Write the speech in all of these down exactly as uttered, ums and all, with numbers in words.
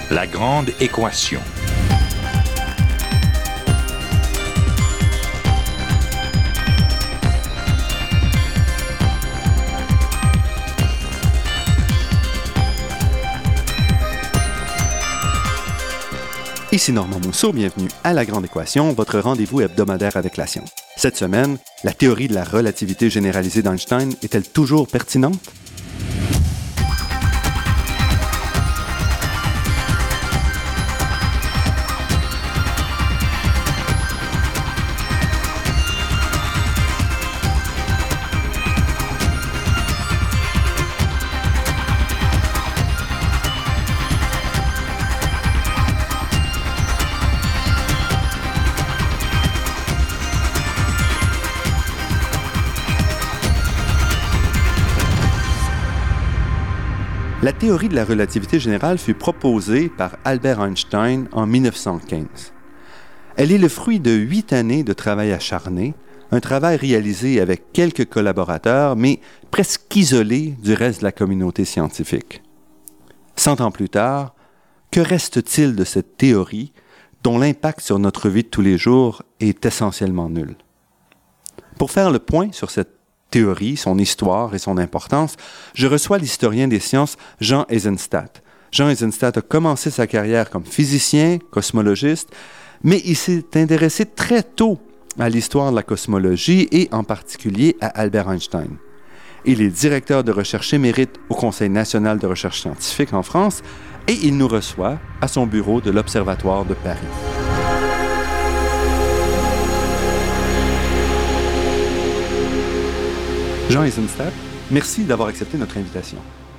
La grande équation. Ici Normand Mousseau, bienvenue à La Grande Équation, votre rendez-vous hebdomadaire avec la science. Cette semaine, la théorie de la relativité généralisée d'Einstein est-elle toujours pertinente? La théorie de la relativité générale fut proposée par Albert Einstein en mille neuf cent quinze. Elle est le fruit de huit années de travail acharné, un travail réalisé avec quelques collaborateurs, mais presque isolé du reste de la communauté scientifique. Cent ans plus tard, que reste-t-il de cette théorie dont l'impact sur notre vie de tous les jours est essentiellement nul? Pour faire le point sur cette théorie, son histoire et son importance, je reçois l'historien des sciences Jean Eisenstadt. Jean Eisenstadt a commencé sa carrière comme physicien, cosmologiste, mais il s'est intéressé très tôt à l'histoire de la cosmologie et en particulier à Albert Einstein. Il est directeur de recherche émérite au Conseil national de recherche scientifique en France et il nous reçoit à son bureau de l'Observatoire de Paris. Jean Eisenstadt, merci d'avoir accepté notre invitation.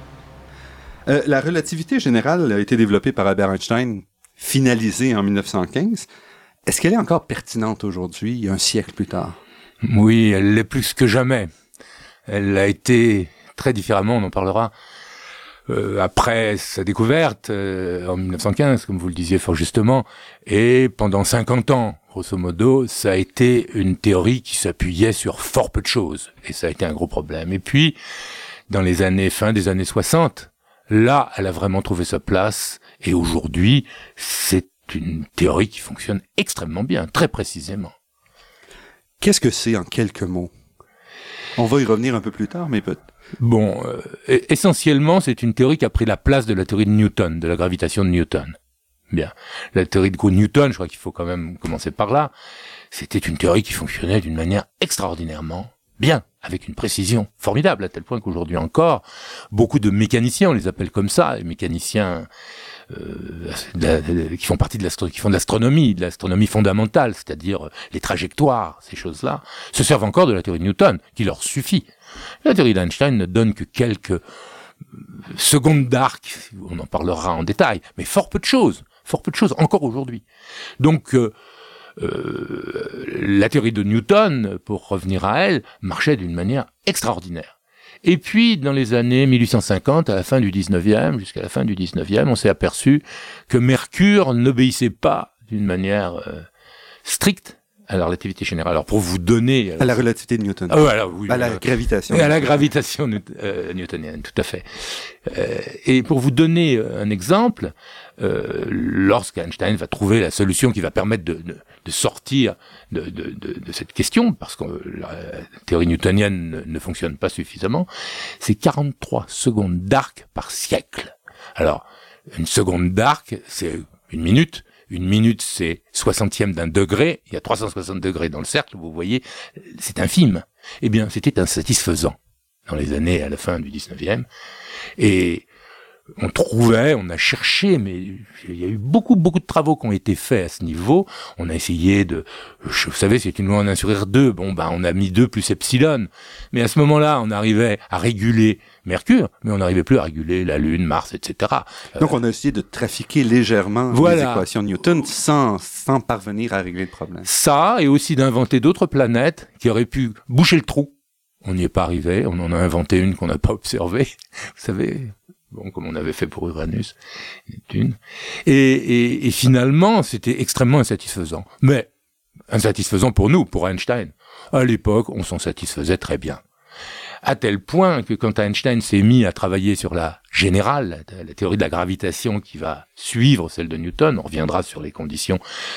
Euh, la relativité générale a été développée par Albert Einstein, finalisée en mille neuf cent quinze. Est-ce qu'elle est encore pertinente aujourd'hui, un siècle plus tard? Oui, elle l'est plus que jamais. Elle a été très différemment, on en parlera, euh, après sa découverte, euh, en mille neuf cent quinze, comme vous le disiez fort justement, et pendant cinquante ans. Grosso modo, ça a été une théorie qui s'appuyait sur fort peu de choses. Et ça a été un gros problème. Et puis, dans les années, fin des années soixante, là, elle a vraiment trouvé sa place. Et aujourd'hui, c'est une théorie qui fonctionne extrêmement bien, très précisément. Qu'est-ce que c'est en quelques mots? On va y revenir un peu plus tard, mais peut-être. Bon, euh, essentiellement, c'est une théorie qui a pris la place de la théorie de Newton, de la gravitation de Newton. Bien. La théorie de Newton, je crois qu'il faut quand même commencer par là, c'était une théorie qui fonctionnait d'une manière extraordinairement bien, avec une précision formidable, à tel point qu'aujourd'hui encore, beaucoup de mécaniciens, on les appelle comme ça, les mécaniciens euh, de, de, de, qui font partie de l'astro- qui font de l'astronomie, de l'astronomie fondamentale, c'est-à-dire les trajectoires, ces choses-là, se servent encore de la théorie de Newton, qui leur suffit. La théorie d'Einstein ne donne que quelques secondes d'arc, on en parlera en détail, mais fort peu de choses. Fort peu de choses, encore aujourd'hui. Donc, euh, euh, la théorie de Newton, pour revenir à elle, marchait d'une manière extraordinaire. Et puis, dans les années mille huit cent cinquante, à la fin du dix-neuvième, jusqu'à la fin du dix-neuvième, on s'est aperçu que Mercure n'obéissait pas d'une manière euh, stricte à la relativité générale. Alors, pour vous donner... À la relativité de Newton. Ah, voilà, oui, à la voilà. gravitation. À la gravitation new- euh, newtonienne, tout à fait. Euh, et pour vous donner un exemple, euh, lorsqu'Einstein va trouver la solution qui va permettre de, de, de sortir de, de, de, de cette question, parce que la théorie newtonienne ne, ne fonctionne pas suffisamment, c'est quarante-trois secondes d'arc par siècle. Alors, une seconde d'arc, c'est une minute. Une minute, c'est soixantième d'un degré. Il y a trois cent soixante degrés dans le cercle, vous voyez, c'est infime. Eh bien, c'était insatisfaisant dans les années à la fin du dix-neuvième. Et on trouvait, on a cherché, mais il y a eu beaucoup, beaucoup de travaux qui ont été faits à ce niveau. On a essayé de, vous savez, c'est une loi en un sur R deux. Bon, ben, on a mis deux plus epsilon. Mais à ce moment-là, on arrivait à réguler Mercure, mais on n'arrivait plus à réguler la Lune, Mars, et cetera. Donc, on a essayé de trafiquer légèrement voilà. les équations de Newton sans, sans parvenir à régler le problème. Ça, et aussi d'inventer d'autres planètes qui auraient pu boucher le trou. On n'y est pas arrivé. On en a inventé une qu'on n'a pas observée. Vous savez, bon, comme on avait fait pour Uranus, Neptune. Et, et, et finalement, c'était extrêmement insatisfaisant. Mais insatisfaisant pour nous, pour Einstein. À l'époque, on s'en satisfaisait très bien. À tel point que quand Einstein s'est mis à travailler sur la générale, la, la théorie de la gravitation qui va suivre celle de Newton, on reviendra sur les conditions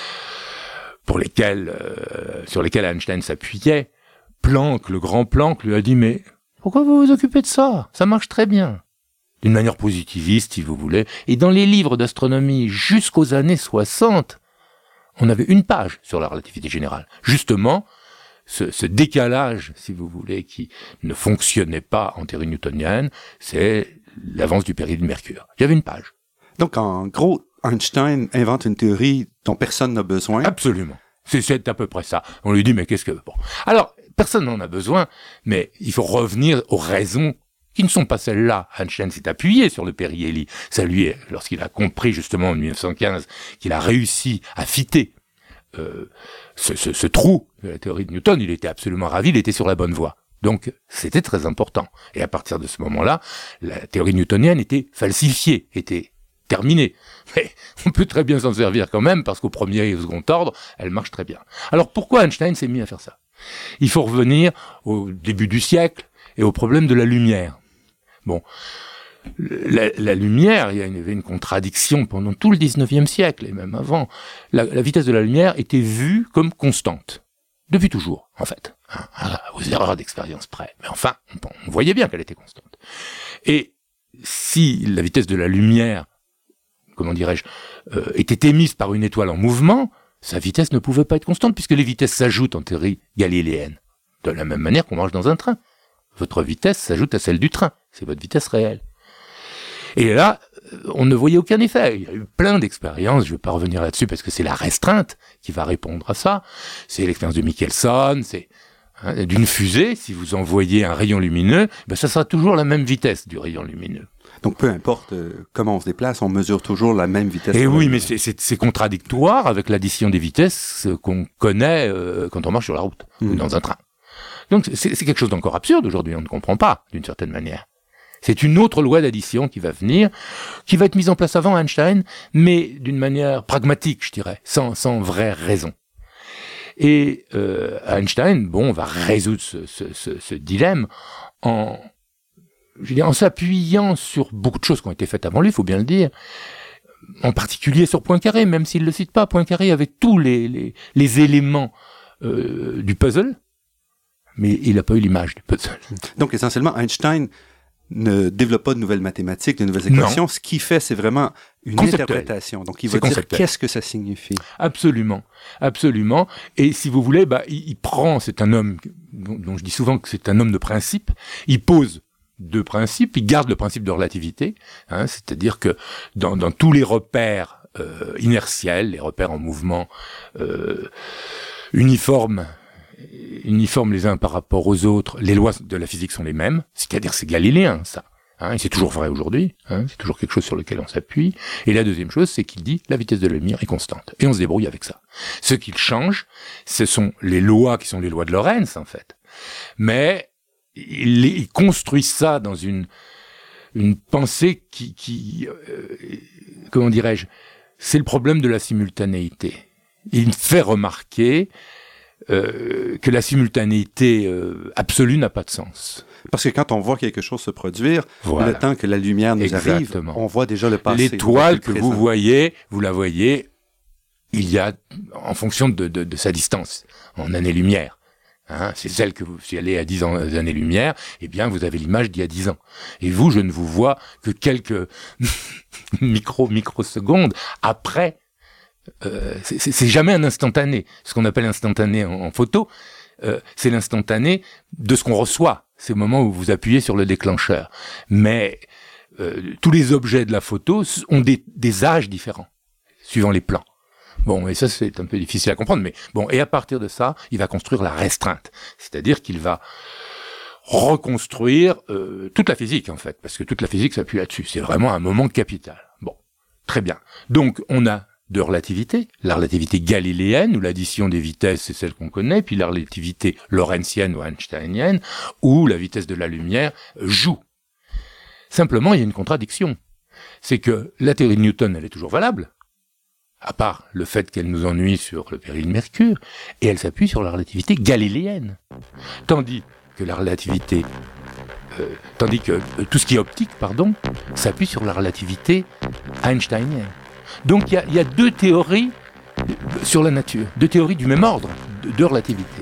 pour lesquelles, euh, sur lesquelles Einstein s'appuyait, Planck, le grand Planck, lui a dit « Mais pourquoi vous vous occupez de ça? Ça marche très bien. » D'une manière positiviste, si vous voulez. Et dans les livres d'astronomie jusqu'aux années soixante, on avait une page sur la relativité générale. Justement, ce, ce décalage, si vous voulez, qui ne fonctionnait pas en théorie newtonienne, c'est l'avance du péril de Mercure. Il y avait une page. Donc, en gros, Einstein invente une théorie dont personne n'a besoin. Absolument. C'est, c'est à peu près ça. On lui dit, mais qu'est-ce que... Bon. Alors, personne n'en a besoin, mais il faut revenir aux raisons qui ne sont pas celles-là. Einstein s'est appuyé sur le périhélie. Ça lui est, lorsqu'il a compris justement en dix-neuf cent quinze qu'il a réussi à fitter euh, ce, ce, ce trou de la théorie de Newton, il était absolument ravi, il était sur la bonne voie. Donc, c'était très important. Et à partir de ce moment-là, la théorie newtonienne était falsifiée, était terminée. Mais on peut très bien s'en servir quand même, parce qu'au premier et au second ordre, elle marche très bien. Alors, pourquoi Einstein s'est mis à faire ça? Il faut revenir au début du siècle et au problème de la lumière. Bon, la, la lumière, il y avait une contradiction pendant tout le dix-neuvième siècle, et même avant. La, la vitesse de la lumière était vue comme constante. Depuis toujours, en fait. Hein, aux erreurs d'expérience près. Mais enfin, on, on voyait bien qu'elle était constante. Et si la vitesse de la lumière, comment dirais-je, euh, était émise par une étoile en mouvement, sa vitesse ne pouvait pas être constante, puisque les vitesses s'ajoutent en théorie galiléenne. De la même manière qu'on marche dans un train. Votre vitesse s'ajoute à celle du train. C'est votre vitesse réelle. Et là, on ne voyait aucun effet. Il y a eu plein d'expériences, je ne vais pas revenir là-dessus parce que c'est la restreinte qui va répondre à ça. C'est l'expérience de Michelson, c'est hein, d'une fusée, si vous envoyez un rayon lumineux, ben ça sera toujours la même vitesse du rayon lumineux. Donc peu importe euh, comment on se déplace, on mesure toujours la même vitesse. Et oui, mais c'est, c'est, c'est contradictoire avec l'addition des vitesses qu'on connaît euh, quand on marche sur la route mmh. ou dans un train. Donc c'est, c'est quelque chose d'encore absurde aujourd'hui, on ne comprend pas d'une certaine manière. C'est une autre loi d'addition qui va venir, qui va être mise en place avant Einstein, mais d'une manière pragmatique, je dirais, sans, sans vraie raison. Et euh, Einstein, bon, va résoudre ce, ce, ce, ce dilemme en, je veux dire, en s'appuyant sur beaucoup de choses qui ont été faites avant lui, il faut bien le dire, en particulier sur Poincaré, même s'il ne le cite pas, Poincaré avait tous les, les, les éléments euh, du puzzle, mais il n'a pas eu l'image du puzzle. Donc essentiellement, Einstein ne développe pas de nouvelles mathématiques, de nouvelles équations. Non. Ce qu'il fait, c'est vraiment une interprétation. Donc, il va dire qu'est-ce que ça signifie. Absolument, absolument. Et si vous voulez, bah, il, il prend, c'est un homme dont, dont je dis souvent que c'est un homme de principe. Il pose deux principes. Il garde le principe de relativité, hein, c'est-à-dire que dans, dans tous les repères euh, inertiels, les repères en mouvement euh, uniformes, uniformes les uns par rapport aux autres, les lois de la physique sont les mêmes, c'est-à-dire c'est galiléen, ça. Hein, et c'est toujours vrai aujourd'hui, hein, c'est toujours quelque chose sur lequel on s'appuie. Et la deuxième chose, c'est qu'il dit la vitesse de la lumière est constante. Et on se débrouille avec ça. Ce qu'il change, ce sont les lois qui sont les lois de Lorentz, en fait. Mais il, il construit ça dans une, une pensée qui... qui euh, comment dirais-je, c'est le problème de la simultanéité. Il fait remarquer Euh, que la simultanéité euh, absolue n'a pas de sens. Parce que quand on voit quelque chose se produire, voilà. Le temps que la lumière nous Exactement. arrive, on voit déjà le passé. L'étoile que vous voyez, vous la voyez, il y a, en fonction de, de, de sa distance, en années-lumière. Hein, c'est celle que vous, si elle est à dix ans, années-lumière, eh bien, vous avez l'image d'il y a dix ans. Et vous, je ne vous vois que quelques micro, microsecondes après. Euh, c'est, c'est jamais un instantané. Ce qu'on appelle instantané en, en photo, euh, c'est l'instantané de ce qu'on reçoit. C'est le moment où vous appuyez sur le déclencheur. Mais euh, tous les objets de la photo ont des, des âges différents, suivant les plans. Bon, et ça c'est un peu difficile à comprendre, mais bon, et à partir de ça, il va construire la restreinte. C'est-à-dire qu'il va reconstruire euh, toute la physique, en fait, parce que toute la physique s'appuie là-dessus. C'est vraiment un moment capital. Bon, très bien. Donc, on a de relativité, la relativité galiléenne, où l'addition des vitesses, c'est celle qu'on connaît, puis la relativité lorentzienne ou einsteinienne, où la vitesse de la lumière joue. Simplement, il y a une contradiction. C'est que la théorie de Newton, elle est toujours valable, à part le fait qu'elle nous ennuie sur le péril de Mercure, et elle s'appuie sur la relativité galiléenne. Tandis que la relativité, euh, tandis que euh, tout ce qui est optique, pardon, s'appuie sur la relativité einsteinienne. Donc il y, y a deux théories sur la nature, deux théories du même ordre de, de relativité.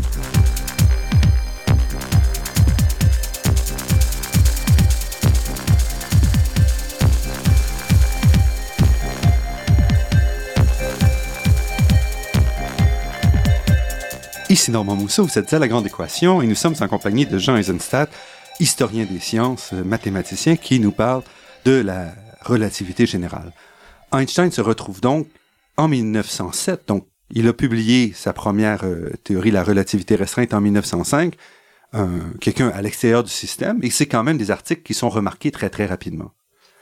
Ici Normand Mousseau, vous êtes à La Grande Équation et nous sommes en compagnie de Jean Eisenstadt, historien des sciences, mathématicien, qui nous parle de la relativité générale. Einstein se retrouve donc en mille neuf cent sept, donc il a publié sa première euh, théorie, la relativité restreinte, en mille neuf cent cinq, euh, quelqu'un à l'extérieur du système, et c'est quand même des articles qui sont remarqués très très rapidement.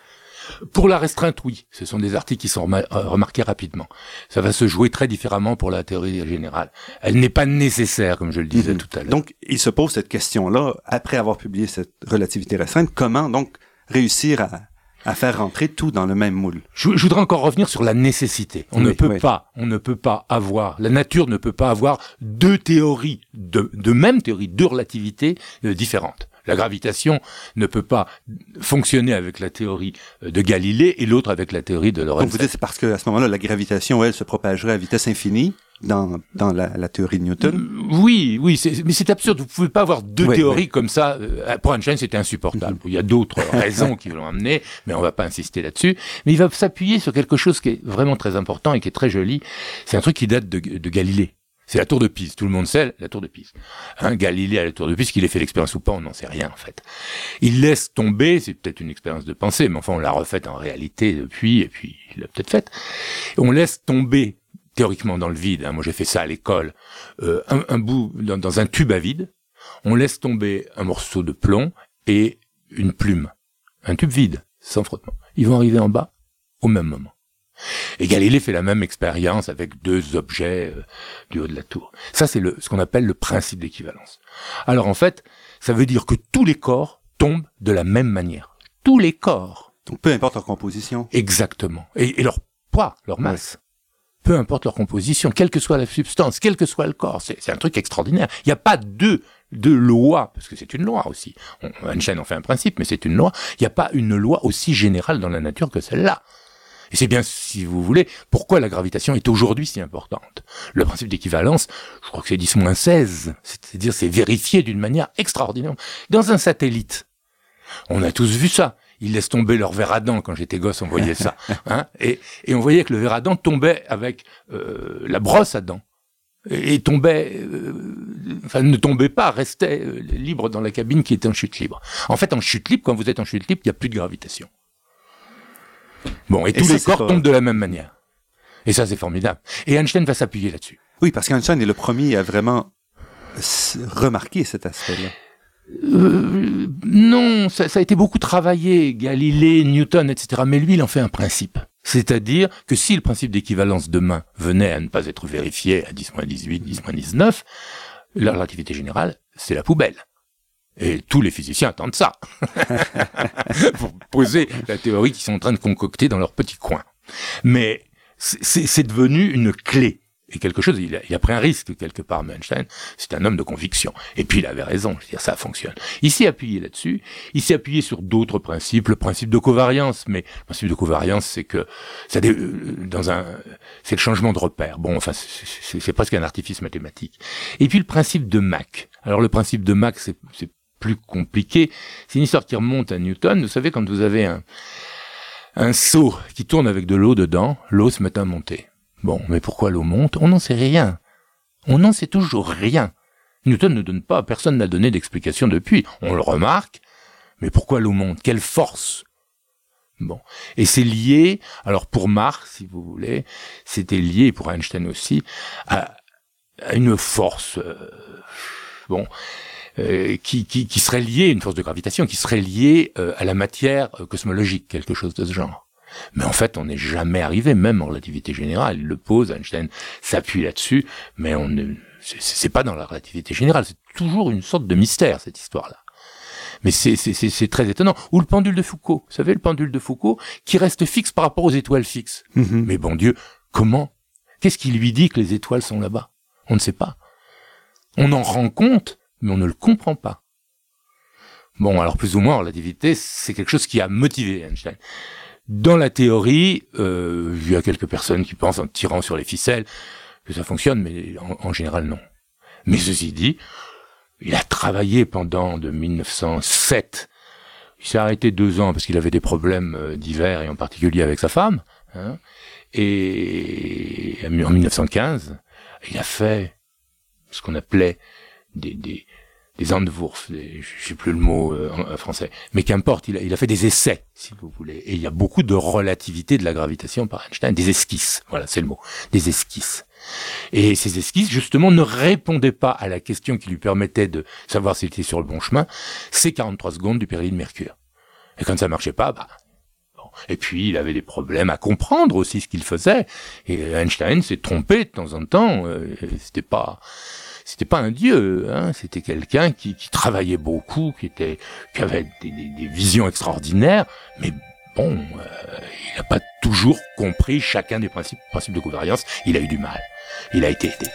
Pour la restreinte, oui. Ce sont des articles qui sont remar- remarqués rapidement. Ça va se jouer très différemment pour la théorie générale. Elle n'est pas nécessaire, comme je le disais mmh. tout à l'heure. Donc, il se pose cette question-là, après avoir publié cette relativité restreinte, comment donc réussir à, à faire rentrer tout dans le même moule? Je, je voudrais encore revenir sur la nécessité. On oui, ne peut oui. pas, on ne peut pas avoir, la nature ne peut pas avoir deux théories, de, de même théorie, deux relativités euh, différentes. La gravitation ne peut pas fonctionner avec la théorie de Galilée et l'autre avec la théorie de Lorentz. Donc vous dites c'est parce qu'à ce moment-là, la gravitation, elle, se propagerait à vitesse infinie dans, dans la, la théorie de Newton? Oui, oui, c'est, mais c'est absurde. Vous ne pouvez pas avoir deux oui, théories oui. comme ça. Pour Einstein, c'était insupportable. Mm-hmm. Il y a d'autres raisons qui l'ont amené, mais on ne va pas insister là-dessus. Mais il va s'appuyer sur quelque chose qui est vraiment très important et qui est très joli. C'est un truc qui date de, de Galilée. C'est la tour de Pise. Tout le monde sait la tour de Pise. Hein, Galilée à la tour de Pise, qu'il ait fait l'expérience ou pas, on n'en sait rien, en fait. Il laisse tomber, c'est peut-être une expérience de pensée, mais enfin, on l'a refaite en réalité depuis, et puis il l'a peut-être faite. On laisse tomber, théoriquement dans le vide, hein, moi j'ai fait ça à l'école, euh, un, un bout, dans, dans un tube à vide, on laisse tomber un morceau de plomb et une plume. Un tube vide, sans frottement. Ils vont arriver en bas, au même moment. Et Galilée fait la même expérience avec deux objets euh, du haut de la tour. Ça, c'est le, ce qu'on appelle le principe d'équivalence. Alors en fait, ça veut dire que tous les corps tombent de la même manière. Tous les corps. Donc peu importe leur composition. Exactement. Et, et leur poids, leur masse. Ouais. Peu importe leur composition, quelle que soit la substance, quel que soit le corps. C'est, c'est un truc extraordinaire. Il n'y a pas deux, deux lois, parce que c'est une loi aussi. On, Einstein en fait un principe, mais c'est une loi. Il n'y a pas une loi aussi générale dans la nature que celle-là. Et c'est bien, si vous voulez, pourquoi la gravitation est aujourd'hui si importante. Le principe d'équivalence, je crois que c'est dix moins seize, c'est-à-dire c'est vérifié d'une manière extraordinaire. Dans un satellite, on a tous vu ça. Ils laissent tomber leur verre à dents, quand j'étais gosse, on voyait ça. Hein, et, et on voyait que le verre à dents tombait avec euh, la brosse à dents. Et, et tombait, euh, enfin ne tombait pas, restait euh, libre dans la cabine qui était en chute libre. En fait, en chute libre, quand vous êtes en chute libre, il n'y a plus de gravitation. Bon, et, et tous ça, les corps pas... tombent de la même manière. Et ça, c'est formidable. Et Einstein va s'appuyer là-dessus. Oui, parce qu'Einstein est le premier à vraiment remarquer cet aspect-là. Euh, non, ça, ça a été beaucoup travaillé, Galilée, Newton, et cetera. Mais lui, il en fait un principe. C'est-à-dire que si le principe d'équivalence demain venait à ne pas être vérifié à dix moins dix-huit, dix moins dix-neuf, la relativité générale, c'est la poubelle. Et tous les physiciens attendent ça pour poser la théorie qu'ils sont en train de concocter dans leur petit coin. Mais c'est, c'est devenu une clé. Et quelque chose, il a, il a pris un risque quelque part, mais Einstein, c'est un homme de conviction. Et puis il avait raison, je veux dire, ça fonctionne. Il s'est appuyé là-dessus, il s'est appuyé sur d'autres principes, le principe de covariance, mais le principe de covariance, c'est que, ça dé, dans un, c'est le changement de repère. Bon, enfin, c'est, c'est, c'est presque un artifice mathématique. Et puis le principe de Mach. Alors le principe de Mach, c'est, c'est plus compliqué. C'est une histoire qui remonte à Newton. Vous savez, quand vous avez un, un seau qui tourne avec de l'eau dedans, l'eau se met à monter. Bon, mais pourquoi l'eau monte? On n'en sait rien. On n'en sait toujours rien. Newton ne donne pas, personne n'a donné d'explication depuis. On le remarque, mais pourquoi l'eau monte? Quelle force? Bon. Et c'est lié, alors pour Mach, si vous voulez, c'était lié, et pour Einstein aussi, à, à une force, euh, bon, Euh, qui, qui, qui serait liée, une force de gravitation, qui serait liée euh, à la matière euh, cosmologique, quelque chose de ce genre. Mais en fait, on n'est jamais arrivé, même en relativité générale. Il le pose, Einstein s'appuie là-dessus, mais on ne, c'est, c'est pas dans la relativité générale. C'est toujours une sorte de mystère, cette histoire-là. Mais c'est, c'est, c'est, c'est très étonnant. Ou le pendule de Foucault. Vous savez, le pendule de Foucault, qui reste fixe par rapport aux étoiles fixes. Mm-hmm. Mais bon Dieu, comment? Qu'est-ce qui lui dit que les étoiles sont là-bas? On ne sait pas. On en rend compte mais on ne le comprend pas. Bon, alors plus ou moins, la relativité, c'est quelque chose qui a motivé Einstein. Dans la théorie, euh, il y a quelques personnes qui pensent, en tirant sur les ficelles, que ça fonctionne, mais en, en général, non. Mais ceci dit, il a travaillé pendant de mille neuf cent sept. Il s'est arrêté deux ans parce qu'il avait des problèmes euh, divers, et en particulier avec sa femme. Hein, et en mille neuf cent quinze, il a fait ce qu'on appelait des... des des Entwurfs, des, je sais plus le mot euh, en, en français, mais qu'importe, il a, il a fait des essais, si vous voulez, et il y a beaucoup de relativité de la gravitation par Einstein, des esquisses, voilà, c'est le mot, des esquisses. Et ces esquisses, justement, ne répondaient pas à la question qui lui permettait de savoir s'il était sur le bon chemin, c'est quarante-trois secondes du période de Mercure. Et quand ça marchait pas, bah, bon. Et puis il avait des problèmes à comprendre aussi ce qu'il faisait, et Einstein s'est trompé de temps en temps, euh, c'était pas... C'était pas un dieu, hein, c'était quelqu'un qui, qui travaillait beaucoup, qui était, qui avait des, des, des visions extraordinaires, mais bon, euh, il n'a pas toujours compris chacun des principes, principes de covariance. Il a eu du mal. Il a été aidé.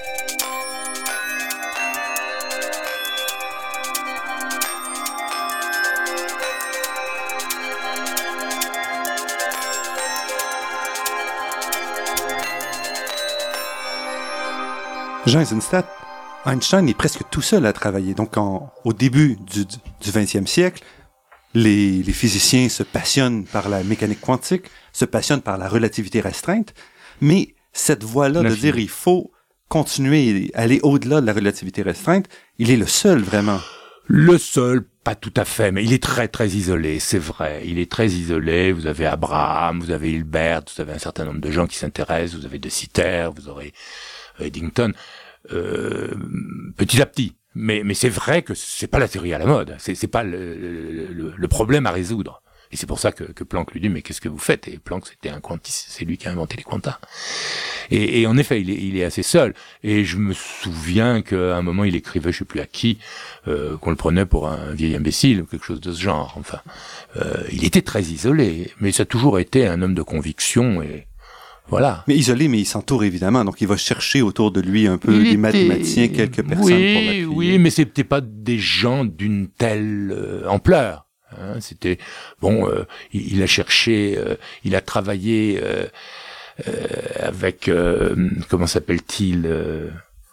Jean Eisenstadt, Einstein est presque tout seul à travailler. Donc, en, au début du, du vingtième siècle, les, les physiciens se passionnent par la mécanique quantique, se passionnent par la relativité restreinte, mais cette voie-là de dire il faut continuer, aller au-delà de la relativité restreinte, il est le seul vraiment. Le seul, pas tout à fait, mais il est très très isolé, c'est vrai. Il est très isolé, vous avez Abraham, vous avez Hilbert, vous avez un certain nombre de gens qui s'intéressent, vous avez De Sitter, vous aurez Eddington. Euh, petit à petit, mais mais c'est vrai que c'est pas la théorie à la mode, c'est c'est pas le, le, le problème à résoudre, et c'est pour ça que, que Planck lui dit mais qu'est-ce que vous faites, et Planck c'était un quantiste, c'est lui qui a inventé les quantas, et, et en effet il est il est assez seul, et je me souviens qu'à un moment il écrivait, je sais plus à qui, euh, qu'on le prenait pour un vieil imbécile ou quelque chose de ce genre, enfin euh, il était très isolé, mais ça a toujours été un homme de conviction, et voilà. Mais isolé, mais il s'entoure évidemment, donc il va chercher autour de lui un peu il des était... mathématiciens, quelques personnes oui, pour l'appuyer. Oui, mais c'était pas des gens d'une telle euh, ampleur. Hein, c'était bon. Euh, il, il a cherché, euh, il a travaillé euh, euh, avec euh, comment s'appelle-t-il euh,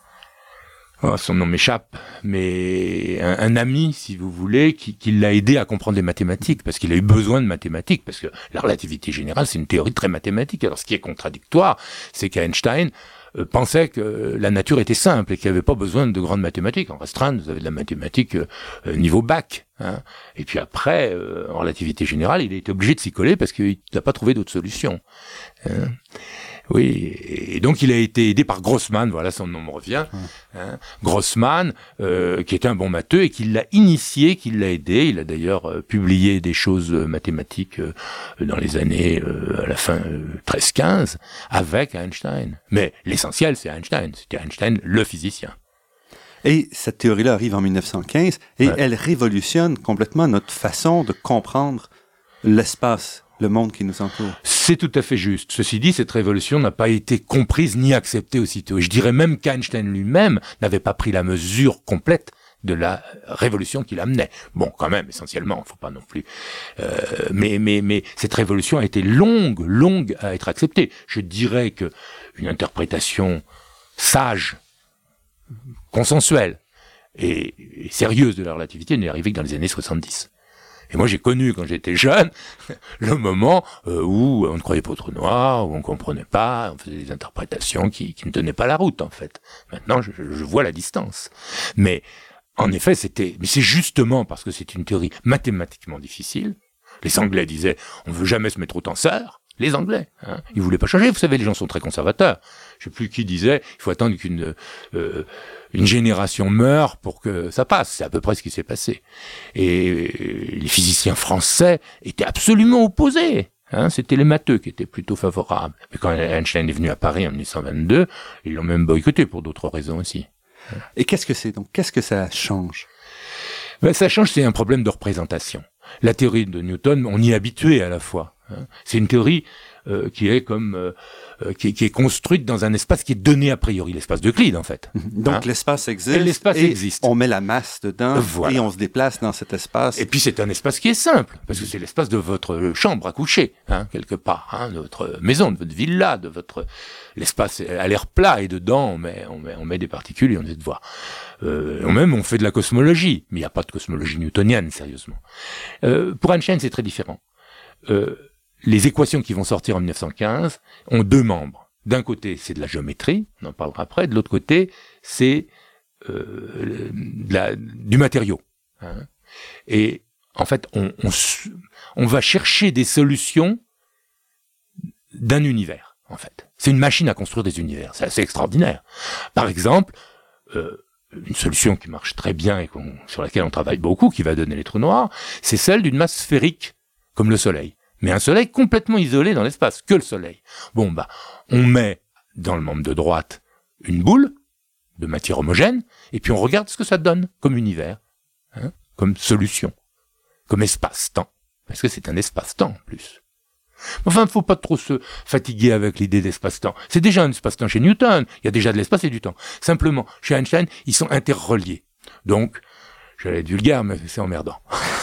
oh, son nom m'échappe, mais un, un ami, si vous voulez, qui, qui l'a aidé à comprendre les mathématiques, parce qu'il a eu besoin de mathématiques, parce que la relativité générale, c'est une théorie très mathématique. Alors, ce qui est contradictoire, c'est qu'Einstein euh, pensait que la nature était simple et qu'il n'y avait pas besoin de grandes mathématiques. En restreinte, vous avez de la mathématique euh, niveau bac. Hein. Et puis après, euh, en relativité générale, il a été obligé de s'y coller parce qu'il n'a pas trouvé d'autre solution. Hein. Oui, et donc il a été aidé par Grossman, voilà, son nom me revient. Hein. Grossman, euh, qui était un bon matheux et qui l'a initié, qui l'a aidé. Il a d'ailleurs euh, publié des choses euh, mathématiques euh, dans les années, euh, à la fin euh, treize quinze, avec Einstein. Mais l'essentiel, c'est Einstein. C'était Einstein, le physicien. Et cette théorie-là arrive en mille neuf cent quinze et ouais. elle révolutionne complètement notre façon de comprendre l'espace, le monde qui nous entoure. C'est tout à fait juste. Ceci dit, cette révolution n'a pas été comprise ni acceptée aussitôt. Et je dirais même qu'Einstein lui-même n'avait pas pris la mesure complète de la révolution qu'il amenait. Bon, quand même, essentiellement, faut pas non plus. Euh, mais, mais, mais cette révolution a été longue, longue à être acceptée. Je dirais que une interprétation sage, consensuelle et, et sérieuse de la relativité n'est arrivée que dans les années soixante-dix. Et moi, j'ai connu, quand j'étais jeune, le moment euh, où on ne croyait pas au trou noir, où on comprenait pas, on faisait des interprétations qui, qui ne tenaient pas la route, en fait. Maintenant, je, je vois la distance. Mais, en effet, c'était, mais c'est justement parce que c'est une théorie mathématiquement difficile. Les Anglais disaient, on veut jamais se mettre au tenseur. Les Anglais, hein, ils voulaient pas changer. Vous savez, les gens sont très conservateurs. Je sais plus qui disait, il faut attendre qu'une euh, une génération meure pour que ça passe. C'est à peu près ce qui s'est passé. Et les physiciens français étaient absolument opposés. Hein, c'était les matheux qui étaient plutôt favorables. Mais quand Einstein est venu à Paris en dix-neuf cent vingt-deux, ils l'ont même boycotté pour d'autres raisons aussi. Et qu'est-ce que c'est donc? Qu'est-ce que ça change? Ben, ça change, c'est un problème de représentation. La théorie de Newton, on y est habitué à la fois. Hein. C'est une théorie euh, qui est comme euh, euh, qui, est, qui est construite dans un espace qui est donné a priori, l'espace d'Euclide en fait. Donc hein? l'espace existe. Et l'espace et existe. On met la masse dedans voilà. et on se déplace dans cet espace. Et puis c'est un espace qui est simple parce que c'est l'espace de votre chambre à coucher, hein, quelque part, hein, de votre maison, de votre villa, de votre l'espace a l'air plat et dedans on met on met on met des particules et on essaie de voir. Euh, ou même on fait de la cosmologie, mais il n'y a pas de cosmologie newtonienne sérieusement. Euh, pour Einstein c'est très différent. Euh, les équations qui vont sortir en mille neuf cent quinze ont deux membres. D'un côté, c'est de la géométrie, on en parlera après. De l'autre côté, c'est euh, de la, du matériau. Hein. Et en fait, on, on, on va chercher des solutions d'un univers, en fait. C'est une machine à construire des univers. C'est assez extraordinaire. Par exemple, euh, une solution qui marche très bien et qu'on, sur laquelle on travaille beaucoup, qui va donner les trous noirs, c'est celle d'une masse sphérique, comme le Soleil. Mais un Soleil complètement isolé dans l'espace, que le Soleil. Bon, bah, on met dans le membre de droite une boule de matière homogène, et puis on regarde ce que ça donne comme univers, hein, comme solution, comme espace-temps. Parce que c'est un espace-temps, en plus. Enfin, il ne faut pas trop se fatiguer avec l'idée d'espace-temps. C'est déjà un espace-temps chez Newton. Il y a déjà de l'espace et du temps. Simplement, chez Einstein, ils sont interreliés. Donc, j'allais être vulgaire, mais c'est emmerdant.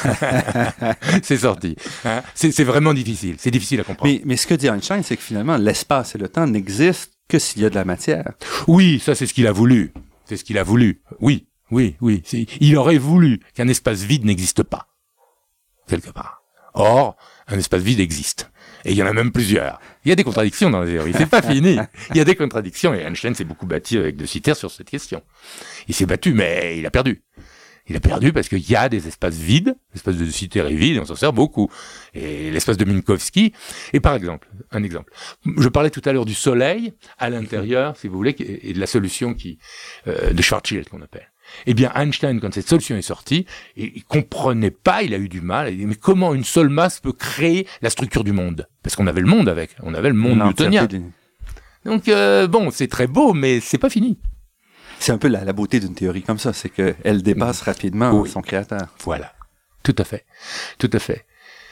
C'est sorti. Hein, c'est, c'est vraiment difficile. C'est difficile à comprendre. Mais, mais ce que dit Einstein, c'est que finalement, l'espace et le temps n'existent que s'il y a de la matière. Oui, ça, c'est ce qu'il a voulu. C'est ce qu'il a voulu. Oui, oui, oui. C'est, il aurait voulu qu'un espace vide n'existe pas. Quelque part. Or, un espace vide existe. Et il y en a même plusieurs. Il y a des contradictions dans la théorie. C'est pas fini. Il y a des contradictions. Et Einstein s'est beaucoup battu avec De Sitter sur cette question. Il s'est battu, mais il a perdu. Il a perdu parce qu'il y a des espaces vides. L'espace de De Sitter est vide et on s'en sert beaucoup. Et l'espace de Minkowski. Et par exemple, un exemple. Je parlais tout à l'heure du Soleil à l'intérieur, si vous voulez, et de la solution qui, euh, de Schwarzschild qu'on appelle. Eh bien, Einstein, quand cette solution est sortie, il, il comprenait pas, il a eu du mal. Il dit, mais comment une seule masse peut créer la structure du monde? Parce qu'on avait le monde avec, on avait le monde newtonien. Du... Donc, euh, bon, c'est très beau, mais c'est pas fini. C'est un peu la, la beauté d'une théorie comme ça, c'est qu'elle dépasse rapidement oui. son créateur. Voilà. Tout à fait. Tout à fait.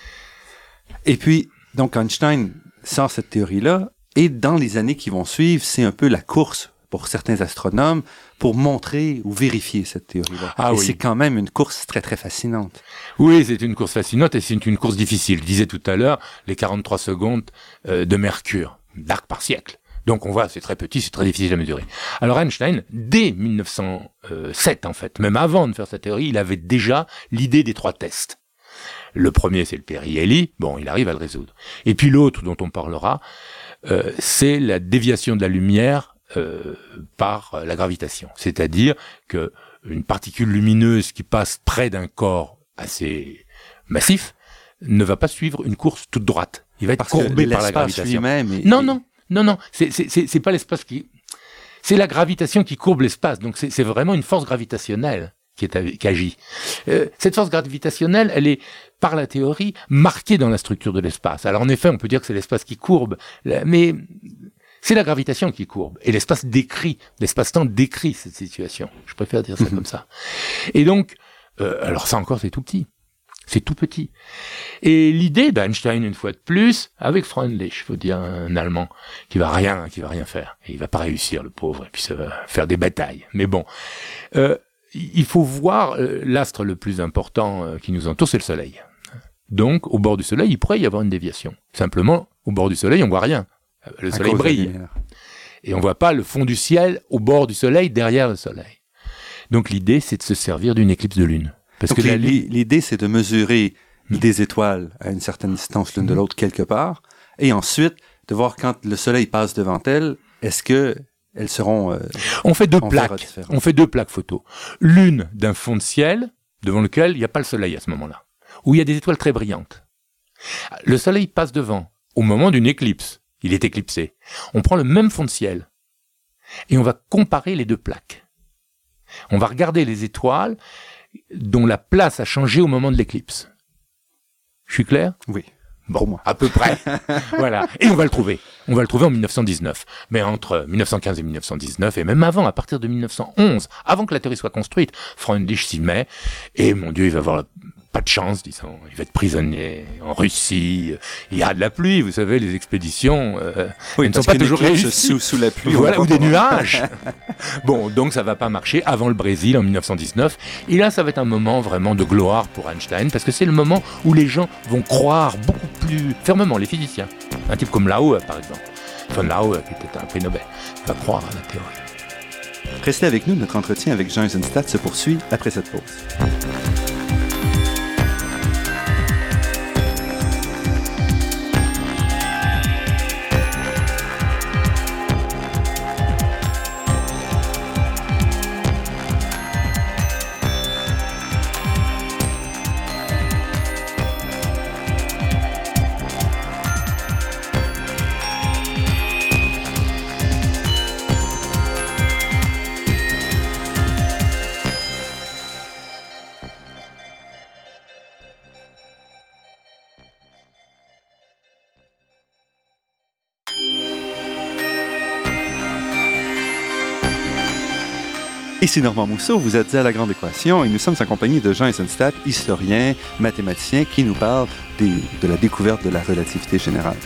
Et puis, donc, Einstein sort cette théorie-là, et dans les années qui vont suivre, c'est un peu la course pour certains astronomes, pour montrer ou vérifier cette théorie-là. Ah, et oui. c'est quand même une course très, très fascinante. Oui, c'est une course fascinante et c'est une course difficile. Je disais tout à l'heure, les quarante-trois secondes euh, de Mercure, d'arc par siècle. Donc on voit, c'est très petit, c'est très difficile à mesurer. Alors Einstein, dès mille neuf cent sept en fait, même avant de faire sa théorie, il avait déjà l'idée des trois tests. Le premier, c'est le Perry-Ellie, bon, il arrive à le résoudre. Et puis l'autre, dont on parlera, euh, c'est la déviation de la lumière Euh, par la gravitation. C'est-à-dire que une particule lumineuse qui passe près d'un corps assez massif ne va pas suivre une course toute droite. Il va être Parce courbé que par la gravitation. Lui-même est... Non, non, non, non. C'est, c'est, c'est, c'est pas l'espace qui... C'est la gravitation qui courbe l'espace. Donc c'est, c'est vraiment une force gravitationnelle qui, est, qui agit. Euh, cette force gravitationnelle, elle est, par la théorie, marquée dans la structure de l'espace. Alors en effet, on peut dire que c'est l'espace qui courbe, mais... C'est la gravitation qui courbe. Et l'espace décrit, l'espace-temps décrit cette situation. Je préfère dire ça mmh. comme ça. Et donc, euh, alors ça encore, c'est tout petit. C'est tout petit. Et l'idée d'Einstein, une fois de plus, avec Freundlich, faut dire un Allemand, qui va rien, qui va rien faire. Et il va pas réussir, le pauvre, et puis ça va faire des batailles. Mais bon, euh, il faut voir euh, l'astre le plus important euh, qui nous entoure, c'est le Soleil. Donc, au bord du Soleil, il pourrait y avoir une déviation. Simplement, au bord du Soleil, on voit rien. Le soleil brille. Et on voit pas le fond du ciel au bord du soleil, derrière le soleil. Donc l'idée, c'est de se servir d'une éclipse de lune. Parce Donc que la lune... l'idée, c'est de mesurer mmh. des étoiles à une certaine distance l'une mmh. de l'autre quelque part, et ensuite de voir quand le soleil passe devant elles, est-ce que elles seront... Euh, on fait deux plaques. On fait deux plaques photos. L'une d'un fond de ciel, devant lequel il n'y a pas le soleil à ce moment-là, où il y a des étoiles très brillantes. Le soleil passe devant, au moment d'une éclipse. Il est éclipsé. On prend le même fond de ciel et on va comparer les deux plaques. On va regarder les étoiles dont la place a changé au moment de l'éclipse. Je suis clair ? Oui. Bon, pour moi. À peu près. Voilà. Et on va le trouver. On va le trouver en mille neuf cent dix-neuf. Mais entre mille neuf cent quinze et mille neuf cent dix-neuf, et même avant, à partir de mille neuf cent onze, avant que la théorie soit construite, Freundlich s'y met, et mon Dieu, il va avoir la... pas de chance, disons. Il va être prisonnier en Russie. Il y a de la pluie, vous savez, les expéditions euh, oui, elles ne sont pas toujours réussies. Sous, sous la pluie. Voilà, ou des nuages. Bon, donc ça va pas marcher avant le Brésil en mille neuf cent dix-neuf. Et là, ça va être un moment vraiment de gloire pour Einstein, parce que c'est le moment où les gens vont croire beaucoup plus fermement, les physiciens. Un type comme Laue, par exemple. Von Laue, qui était un prix Nobel, va croire à la théorie. Restez avec nous, notre entretien avec Jean Eisenstadt se poursuit après cette pause. Ici Normand Mousseau, vous êtes à La Grande Équation et nous sommes en compagnie de Jean Eisenstadt, historien, mathématicien, qui nous parle des, de la découverte de la relativité générale.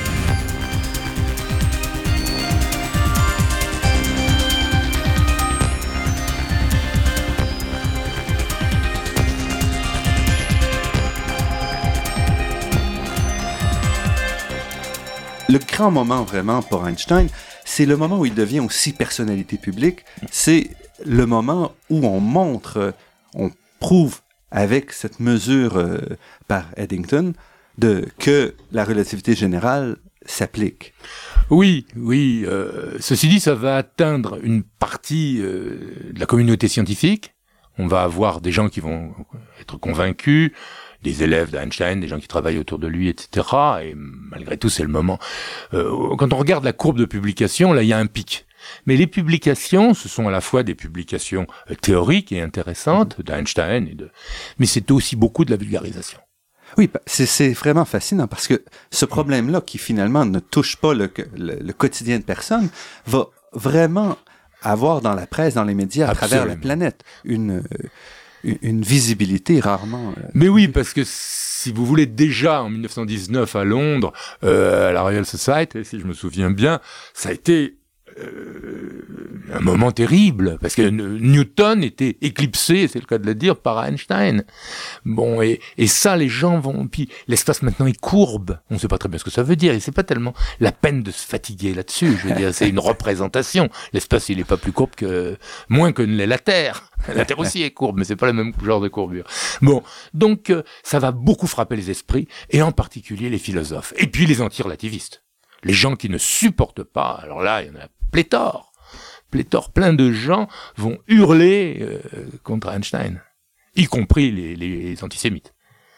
Le grand moment vraiment pour Einstein, c'est le moment où il devient aussi personnalité publique. C'est le moment où on montre, on prouve avec cette mesure euh, par Eddington de, que la relativité générale s'applique. Oui, oui. Euh, ceci dit, ça va atteindre une partie euh, de la communauté scientifique. On va avoir des gens qui vont être convaincus, des élèves d'Einstein, des gens qui travaillent autour de lui, et cetera. Et malgré tout, c'est le moment. Euh, quand on regarde la courbe de publication, là, il y a un pic. Mais les publications, ce sont à la fois des publications théoriques et intéressantes d'Einstein, et de... mais c'est aussi beaucoup de la vulgarisation. Oui, c'est, c'est vraiment fascinant parce que ce problème-là, qui finalement ne touche pas le, le, le quotidien de personne, va vraiment avoir dans la presse, dans les médias, à Absolument. Travers la planète, une, une, une visibilité rarement... Euh... Mais oui, parce que si vous voulez, déjà en mille neuf cent dix-neuf à Londres, euh, à la Royal Society, si je me souviens bien, ça a été... Euh, un moment terrible, parce que Newton était éclipsé, c'est le cas de le dire, par Einstein. Bon, et, et ça, les gens vont... Puis l'espace maintenant est courbe, on ne sait pas très bien ce que ça veut dire, et c'est pas tellement la peine de se fatiguer là-dessus, je veux dire, c'est une représentation. L'espace, il est pas plus courbe que... moins que ne l'est la Terre. La Terre aussi est courbe, mais c'est pas le même genre de courbure. Bon, donc euh, ça va beaucoup frapper les esprits, et en particulier les philosophes, et puis les antirelativistes. Les gens qui ne supportent pas, alors là, il y en a pléthore, pléthore, plein de gens vont hurler euh, contre Einstein, y compris les, les antisémites.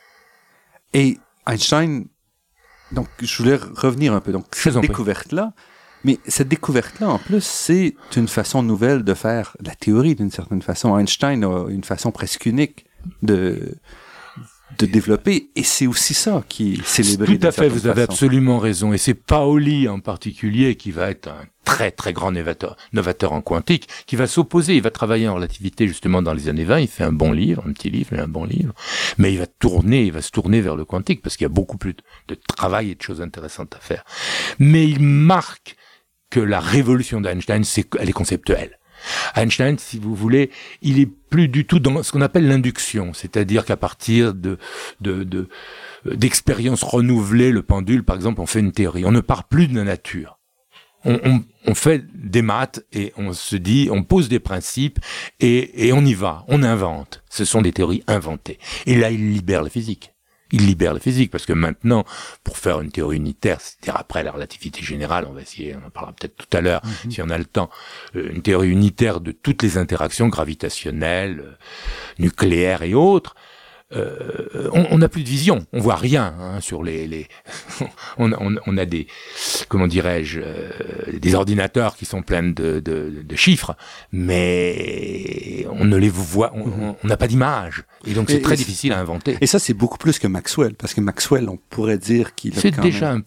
Et Einstein, donc je voulais revenir un peu, donc cette découverte-là, mais cette découverte-là, en plus, c'est une façon nouvelle de faire la théorie d'une certaine façon. Einstein a une façon presque unique de... de développer, et c'est aussi ça qui est célébré. Tout à fait, vous avez absolument raison, et c'est Pauli en particulier qui va être un très très grand novateur, novateur en quantique, qui va s'opposer, il va travailler en relativité justement dans les années vingt, il fait un bon livre, un petit livre, mais un bon livre, mais il va tourner, il va se tourner vers le quantique, parce qu'il y a beaucoup plus de, de travail et de choses intéressantes à faire. Mais il marque que la révolution d'Einstein, c'est, elle est conceptuelle. Einstein, si vous voulez, il est plus du tout dans ce qu'on appelle l'induction, c'est-à-dire qu'à partir de, de, de, d'expériences renouvelées, le pendule, par exemple, on fait une théorie. On ne part plus de la nature. On, on, on fait des maths et on se dit, on pose des principes et, et on y va, on invente. Ce sont des théories inventées. Et là, il libère la physique. Il libère la physique, parce que maintenant, pour faire une théorie unitaire, c'est-à-dire après la relativité générale, on va essayer, on en parlera peut-être tout à l'heure, mm-hmm. si on a le temps, euh, une théorie unitaire de toutes les interactions gravitationnelles, euh, nucléaires et autres, euh, on n'a plus de vision, on voit rien hein, sur les... les on, on, on a des, comment dirais-je, euh, des ordinateurs qui sont pleins de, de, de chiffres, mais on ne les voit, on n'a pas d'image. Et donc c'est et, très et difficile à inventer. Et ça, c'est beaucoup plus que Maxwell, parce que Maxwell, on pourrait dire qu'il... C'est déjà même... un peu le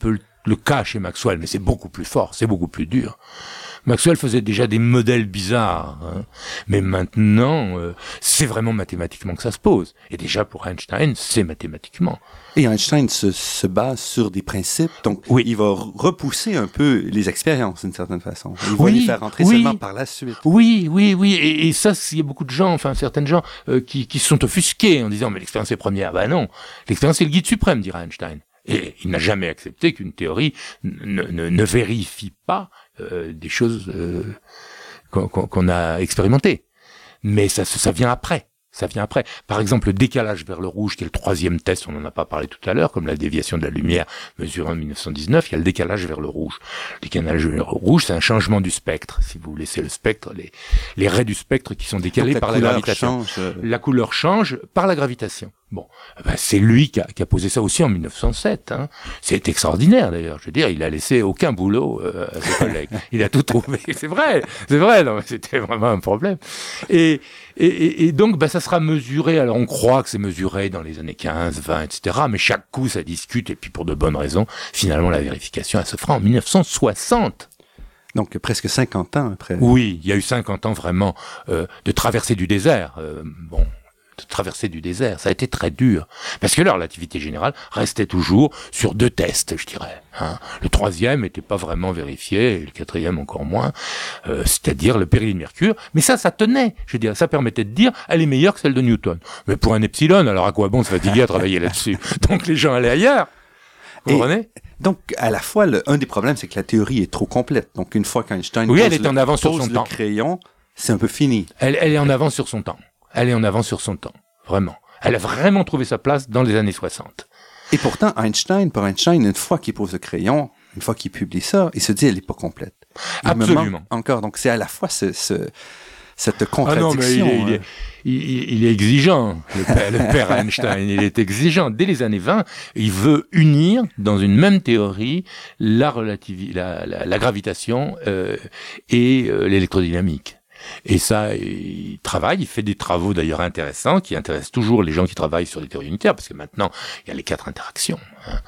le cas chez Maxwell, mais c'est beaucoup plus fort, c'est beaucoup plus dur. Maxwell faisait déjà des modèles bizarres, hein. Mais maintenant, euh, c'est vraiment mathématiquement que ça se pose. Et déjà pour Einstein, c'est mathématiquement. Et Einstein se, se base sur des principes, donc oui. il va repousser un peu les expériences d'une certaine façon. Il va oui, les faire rentrer oui. seulement par la suite. Oui, oui, oui. Et, et ça, il y a beaucoup de gens, enfin certaines gens, euh, qui, qui se sont offusqués en disant « mais l'expérience est première ». Ben non, l'expérience est le guide suprême, dira Einstein. Et il n'a jamais accepté qu'une théorie ne, ne, ne vérifie pas euh, des choses euh, qu'on, qu'on a expérimentées. Mais ça, ça vient après. Ça vient après. Par exemple, le décalage vers le rouge, qui est le troisième test, on n'en a pas parlé tout à l'heure, comme la déviation de la lumière mesurée en mille neuf cent dix-neuf, il y a le décalage vers le rouge. Le décalage vers le rouge, c'est un changement du spectre. Si vous laissez le spectre, les, les raies du spectre qui sont décalées la par la gravitation. Change, euh... La couleur change par la gravitation. Bon, ben c'est lui qui a, qui a posé ça aussi en mille neuf cent sept. Hein. C'est extraordinaire d'ailleurs. Je veux dire, il a laissé aucun boulot euh, à ses collègues. Il a tout trouvé. C'est vrai, c'est vrai. Non, mais c'était vraiment un problème. Et, et, et donc, ben ça sera mesuré. Alors, on croit que c'est mesuré dans les années quinze, vingt, et cetera. Mais chaque coup, ça discute. Et puis, pour de bonnes raisons, finalement, la vérification, elle se fera en mille neuf cent soixante. Donc presque cinquante ans après. Oui, il y a eu cinquante ans vraiment euh, de traversée du désert. Euh, bon. de traverser du désert, ça a été très dur. Parce que la relativité générale restait toujours sur deux tests, je dirais. Hein. Le troisième n'était pas vraiment vérifié, et le quatrième encore moins, euh, c'est-à-dire le péril de mercure. Mais ça, ça tenait. Je veux dire, ça permettait de dire, elle est meilleure que celle de Newton. Mais pour un epsilon, alors à quoi bon se fatiguer à travailler là-dessus? Donc les gens allaient ailleurs. Vous comprenez? Donc, à la fois, le, un des problèmes, c'est que la théorie est trop complète. Donc, une fois qu'Einstein oui, pose, elle est le, en avance sur pose son le temps. crayon, c'est un peu fini. Elle, elle est en avance sur son temps. Elle est en avance sur son temps, vraiment. Elle a vraiment trouvé sa place dans les années soixante. Et pourtant, Einstein, pour Einstein, une fois qu'il pose le crayon, une fois qu'il publie ça, il se dit, elle n'est pas complète. Il Absolument. me manque encore. Donc, c'est à la fois ce, ce, cette contradiction. Ah non, mais il, est, il, est, hein. il, il est exigeant, le père, le père Einstein. Il est exigeant. Dès les années vingt, il veut unir dans une même théorie la, relativi- la, la, la gravitation euh, et euh, l'électrodynamique. Et ça, il travaille, il fait des travaux d'ailleurs intéressants, qui intéressent toujours les gens qui travaillent sur les théories unitaires, parce que maintenant, il y a les quatre interactions. Hein,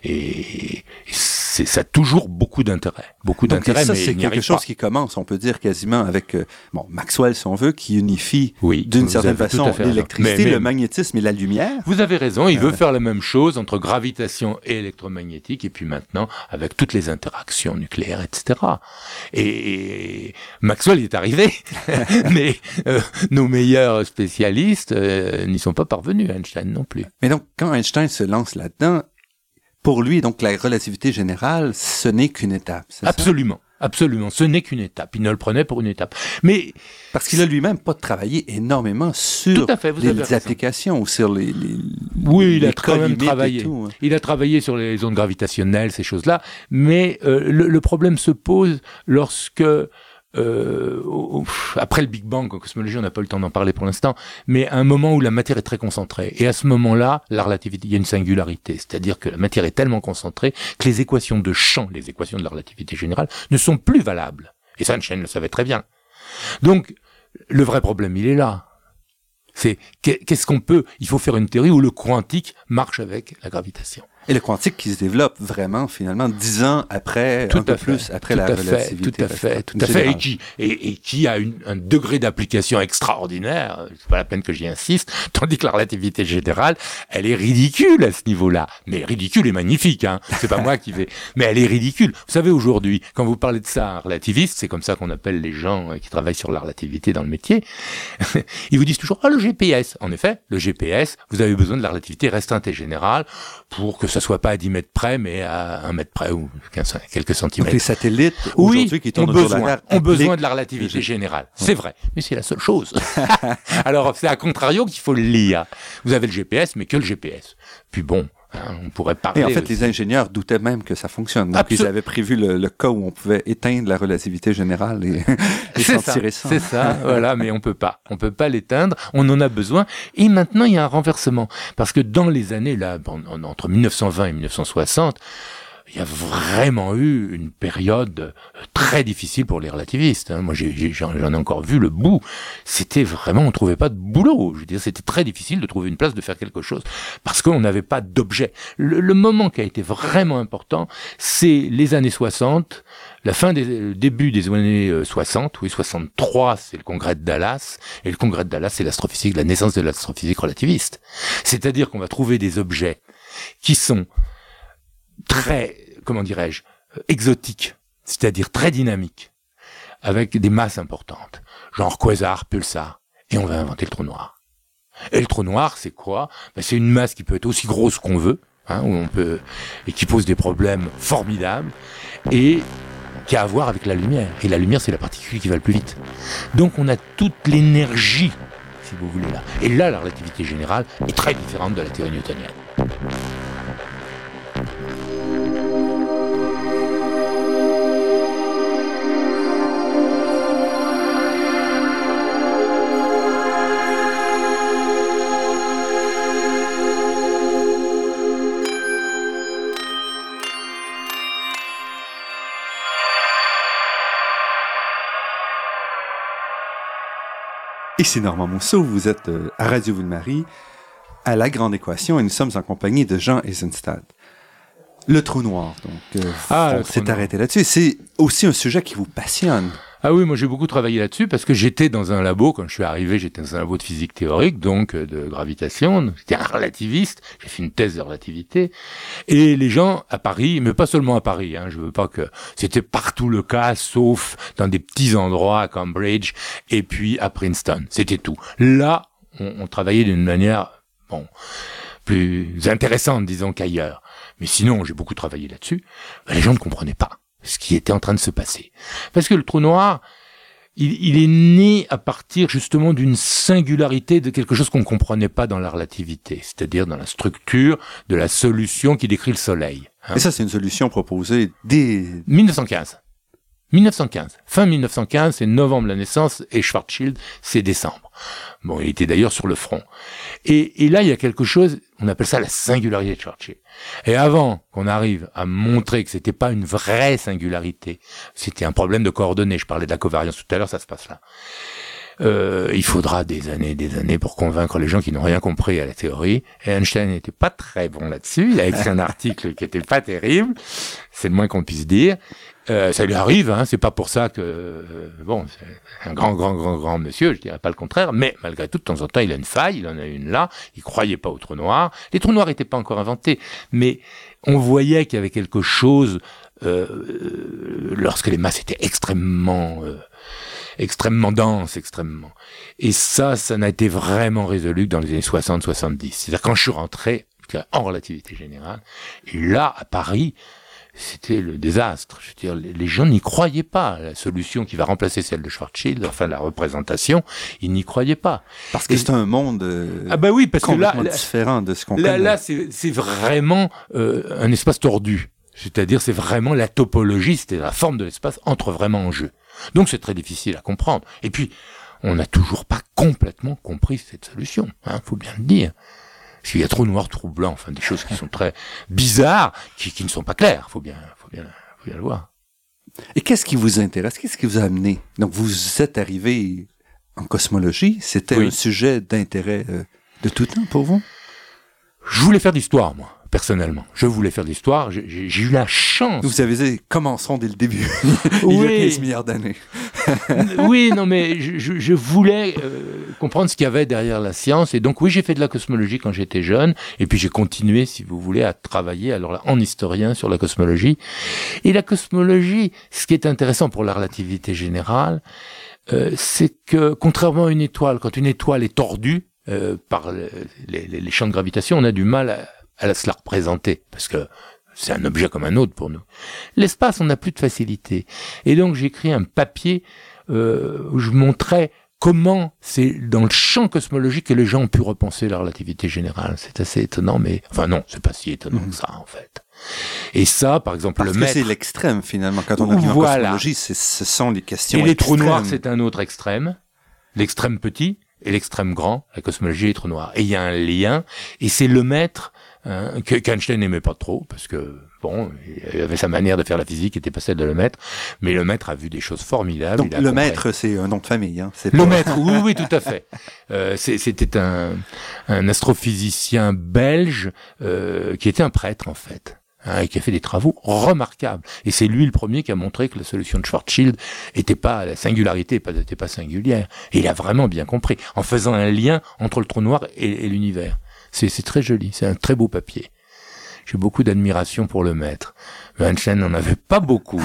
et, et c'est, ça a toujours beaucoup d'intérêt. Beaucoup Donc, d'intérêt, ça, mais c'est il n'y quelque arrive chose pas. qui commence, on peut dire, quasiment avec euh, bon, Maxwell, si on veut, qui unifie Oui, d'une vous certaine avez tout façon à fait raison. l'électricité, Mais- mais- le magnétisme et la lumière. Vous avez raison, il Euh. veut faire la même chose entre gravitation et électromagnétique, et puis maintenant, avec toutes les interactions nucléaires, et cetera. Et, et Maxwell y est arrivé, mais euh, nos meilleurs spécialistes euh, n'y sont pas parvenus, Einstein non plus. Mais donc, quand Einstein se lance là-dedans, pour lui, donc, la relativité générale, ce n'est qu'une étape, c'est ça? Absolument, absolument, ce n'est qu'une étape, il ne le prenait pour une étape. Mais Parce qu'il a lui-même pas travaillé énormément sur Tout à fait, vous les, avez les raison. applications ou sur les, les oui, il les a cas quand même limites et travaillé. tout, hein. Il a travaillé sur les ondes gravitationnelles, ces choses-là. Mais euh, le, le problème se pose lorsque, euh, au- au- après le Big Bang, en cosmologie, on n'a pas eu le temps d'en parler pour l'instant, mais à un moment où la matière est très concentrée. Et à ce moment-là, la relativité, il y a une singularité. C'est-à-dire que la matière est tellement concentrée que les équations de champ, les équations de la relativité générale, ne sont plus valables. Et ça, Einstein le savait très bien. Donc, le vrai problème, il est là. C'est qu'est-ce qu'on peut... Il faut faire une théorie où le quantique marche avec la gravitation. Et le quantique qui se développe vraiment, finalement, dix ans après, Tout un peu à fait, plus après tout la à fait, relativité. tout à fait, tout à fait, et qui, et, et qui a une, un degré d'application extraordinaire. C'est pas la peine que j'y insiste. Tandis que la relativité générale, elle est ridicule à ce niveau-là. Mais ridicule et magnifique, hein. C'est pas moi qui vais. Mais elle est ridicule. Vous savez, aujourd'hui, quand vous parlez de ça, un relativiste, c'est comme ça qu'on appelle les gens qui travaillent sur la relativité dans le métier. Ils vous disent toujours, ah, le G P S. En effet, le G P S, vous avez besoin de la relativité restreinte et générale pour que ça soit pas à dix mètres près, mais à un mètre près ou quinze, quelques Donc centimètres. les satellites, Oui, aujourd'hui, qui ont tournent autour de la besoin, Terre, ont besoin appliquent- de la relativité générale. C'est vrai, mais c'est la seule chose. Alors, c'est à contrario qu'il faut le lire. Vous avez le G P S, mais que le G P S. Puis bon, hein, on pourrait parler... Et en fait, aussi. les ingénieurs doutaient même que ça fonctionne. Donc, Absol- ils avaient prévu le, le cas où on pouvait éteindre la relativité générale et, et C'est s'en ça, tirer sans. c'est ça, voilà, mais on peut pas. On peut pas l'éteindre, on en a besoin. Et maintenant, il y a un renversement. Parce que dans les années, là, bon, en- entre mille neuf cent vingt et mille neuf cent soixante, il y a vraiment eu une période très difficile pour les relativistes. Hein. Moi, j'ai, j'ai, j'en ai encore vu le bout. C'était vraiment, on trouvait pas de boulot. Je veux dire, c'était très difficile de trouver une place, de faire quelque chose, parce qu'on n'avait pas d'objet. Le, le moment qui a été vraiment important, c'est les années soixante, la fin des, le début des années soixante, oui, soixante-trois, c'est le congrès de Dallas, et le congrès de Dallas, c'est l'astrophysique, la naissance de l'astrophysique relativiste. C'est-à-dire qu'on va trouver des objets qui sont très, comment dirais-je, exotiques, c'est-à-dire très dynamiques, avec des masses importantes, genre quasar, pulsar, et on va inventer le trou noir. Et le trou noir, c'est quoi? Ben, c'est une masse qui peut être aussi grosse qu'on veut, hein, où on peut, et qui pose des problèmes formidables, et qui a à voir avec la lumière. Et la lumière, c'est la particule qui va le plus vite. Donc on a toute l'énergie, si vous voulez, là. Et là, la relativité générale est très différente de la théorie newtonienne. Ici Normand Mousseau, vous êtes euh, à Radio Ville-Marie, à La Grande Équation, et nous sommes en compagnie de Jean Eisenstadt. Le trou noir, donc, euh, ah, on s'est arrêté là-dessus. C'est aussi un sujet qui vous passionne. Ah oui, moi j'ai beaucoup travaillé là-dessus parce que j'étais dans un labo, quand je suis arrivé, j'étais dans un labo de physique théorique, donc de gravitation, j'étais un relativiste, j'ai fait une thèse de relativité, et les gens à Paris, mais pas seulement à Paris, hein, je veux pas que... C'était partout le cas, sauf dans des petits endroits à Cambridge, et puis à Princeton, c'était tout. Là, on, on travaillait d'une manière, bon, plus intéressante, disons, qu'ailleurs. Mais sinon, j'ai beaucoup travaillé là-dessus, les gens ne comprenaient pas ce qui était en train de se passer. Parce que le trou noir, il, il est né à partir justement d'une singularité de quelque chose qu'on ne comprenait pas dans la relativité, c'est-à-dire dans la structure de la solution qui décrit le Soleil. Hein. Et ça, c'est une solution proposée dès... mille neuf cent quinze. mille neuf cent quinze. Fin mille neuf cent quinze, c'est novembre la naissance, et Schwarzschild, c'est décembre. Bon, il était d'ailleurs sur le front. Et, et là, il y a quelque chose, on appelle ça la singularité de Schwarzschild. Et avant qu'on arrive à montrer que c'était pas une vraie singularité, c'était un problème de coordonnées, je parlais de la covariance tout à l'heure, ça se passe là. Euh, il faudra des années, des années pour convaincre les gens qui n'ont rien compris à la théorie. Et Einstein n'était pas très bon là-dessus. Il a écrit un article qui était pas terrible. C'est le moins qu'on puisse dire. Euh, ça lui arrive, hein. C'est pas pour ça que, euh, bon, c'est un grand, grand, grand, grand monsieur. Je dirais pas le contraire. Mais malgré tout, de temps en temps, il a une faille. Il en a une là. Il croyait pas aux trous noirs. Les trous noirs n'étaient pas encore inventés. Mais on voyait qu'il y avait quelque chose, euh, lorsque les masses étaient extrêmement, euh, extrêmement dense, extrêmement. Et ça, ça n'a été vraiment résolu que dans les années soixante soixante-dix. C'est-à-dire quand je suis rentré en relativité générale, et là, à Paris, c'était le désastre. Je veux dire, les gens n'y croyaient pas. La solution qui va remplacer celle de Schwarzschild, enfin la représentation, ils n'y croyaient pas. Parce que et c'est un monde euh, ah bah oui, parce complètement que là, différent de ce qu'on là, connaît. Là, c'est, c'est vraiment euh, un espace tordu. C'est-à-dire, c'est vraiment la topologie, c'est-à-dire la forme de l'espace entre vraiment en jeu. Donc, c'est très difficile à comprendre. Et puis, on n'a toujours pas complètement compris cette solution, hein, faut bien le dire. Parce qu'il y a trop noir, trop blanc, enfin, des choses qui sont très bizarres, qui, qui ne sont pas claires, faut bien, faut bien, faut bien le voir. Et qu'est-ce qui vous intéresse? Qu'est-ce qui vous a amené? Donc, vous êtes arrivé en cosmologie. C'était oui. un sujet d'intérêt euh, de tout temps pour vous? Je voulais faire d'histoire, moi. Personnellement, je voulais faire de l'histoire, j'ai, j'ai, j'ai eu la chance. Vous avez dit, commençons dès le début, il oui. y a quinze milliards d'années. Oui, non, mais je, je, je voulais euh, comprendre ce qu'il y avait derrière la science, et donc oui, j'ai fait de la cosmologie quand j'étais jeune, et puis j'ai continué, si vous voulez, à travailler alors là, en historien sur la cosmologie. Et la cosmologie, ce qui est intéressant pour la relativité générale, euh, c'est que contrairement à une étoile, quand une étoile est tordue euh, par les, les, les champs de gravitation, on a du mal à à se la représenter, parce que c'est un objet comme un autre pour nous. L'espace, on n'a plus de facilité. Et donc, j'ai écrit un papier euh, où je montrais comment c'est dans le champ cosmologique que les gens ont pu repenser la relativité générale. C'est assez étonnant, mais... Enfin non, c'est pas si étonnant mmh. que ça, en fait. Et ça, par exemple, Parce le que maître... c'est l'extrême, finalement. Quand on arrive voilà. en cosmologie, c'est, ce sont les questions Et les extrêmes. trous noirs, c'est un autre extrême. L'extrême petit et l'extrême grand, la cosmologie et les trous noirs. Et il y a un lien, et c'est le maître... Hein, qu'Einstein n'aimait pas trop, parce que Bon, il avait sa manière de faire la physique, qui n'était pas celle de Lemaître, mais Lemaître a vu des choses formidables. Donc il Lemaître, c'est un nom de famille. Hein, c'est Lemaître, pas... oui, oui, tout à fait. Euh, c'est, c'était un, un astrophysicien belge euh, qui était un prêtre, en fait. Hein, et qui a fait des travaux remarquables. Et c'est lui le premier qui a montré que la solution de Schwarzschild était pas, la singularité n'était pas singulière. Et il a vraiment bien compris, en faisant un lien entre le trou noir et, et l'univers. C'est, c'est très joli, c'est un très beau papier. J'ai beaucoup d'admiration pour le maître. Mais Einstein n'en avait pas beaucoup.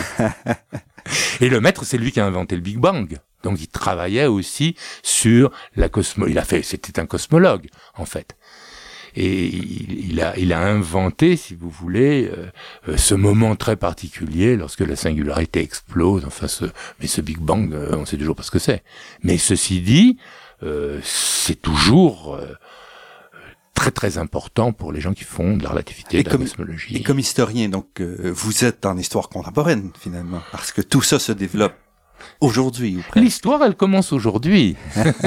Et le maître, c'est lui qui a inventé le Big Bang. Donc il travaillait aussi sur la cosmologie. Il a fait, c'était un cosmologue, en fait. Et il, il, a, il a inventé, si vous voulez, euh, ce moment très particulier lorsque la singularité explose. Enfin, ce, mais ce Big Bang, euh, on sait toujours pas ce que c'est. Mais ceci dit, euh, c'est toujours euh, très très important pour les gens qui font de la relativité, et de comme, la cosmologie. Et comme historien, donc, euh, vous êtes en histoire contemporaine, finalement, parce que tout ça se développe aujourd'hui ou presque. L'histoire, elle commence aujourd'hui.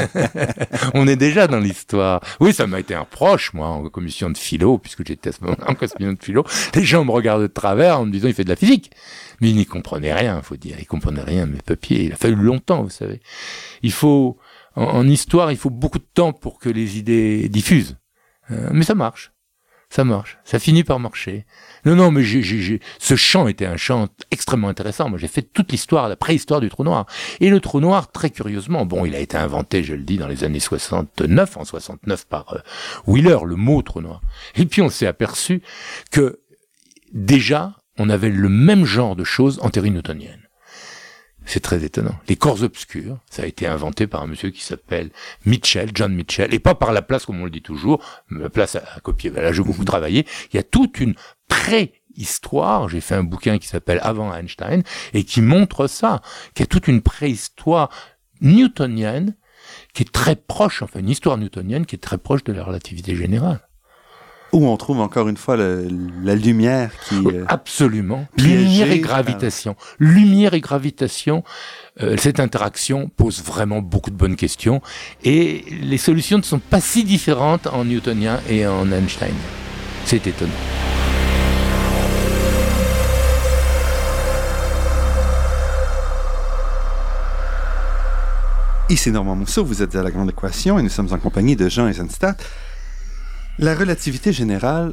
On est déjà dans l'histoire. Oui, ça m'a été un reproche, moi, en commission de philo, puisque j'étais à ce moment-là en commission de philo. Les gens me regardent de travers en me disant, il fait de la physique. Mais ils n'y comprenaient rien, faut dire. Ils comprenaient rien de mes papiers. Il a fallu longtemps, vous savez. Il faut, en, en histoire, il faut beaucoup de temps pour que les idées diffusent. Euh, mais ça marche. Ça marche, ça finit par marcher. Non, non, mais j'ai, j'ai, j'ai... ce champ était un champ extrêmement intéressant. Moi, j'ai fait toute l'histoire, la préhistoire du trou noir. Et le trou noir, très curieusement, bon, il a été inventé, je le dis, dans les années soixante-neuf, en soixante-neuf par euh, Wheeler, le mot trou noir. Et puis, on s'est aperçu que, déjà, on avait le même genre de choses en théorie newtonienne. C'est très étonnant. Les corps obscurs, ça a été inventé par un monsieur qui s'appelle Mitchell, John Mitchell, et pas par Laplace, comme on le dit toujours, Laplace a, a copié. Ben là, j'ai beaucoup travaillé. Il y a toute une préhistoire. J'ai fait un bouquin qui s'appelle Avant Einstein, et qui montre ça, qu'il y a toute une préhistoire newtonienne, qui est très proche, enfin, une histoire newtonienne qui est très proche de la relativité générale. Où on trouve encore une fois le, la lumière qui... Euh, Absolument. Lumière et gravitation. Par... Lumière et gravitation, euh, cette interaction pose vraiment beaucoup de bonnes questions. Et les solutions ne sont pas si différentes en newtonien et en Einstein. C'est étonnant. Ici Normand Mousseau, vous êtes à La Grande Équation et nous sommes en compagnie de Jean Eisenstadt. La relativité générale,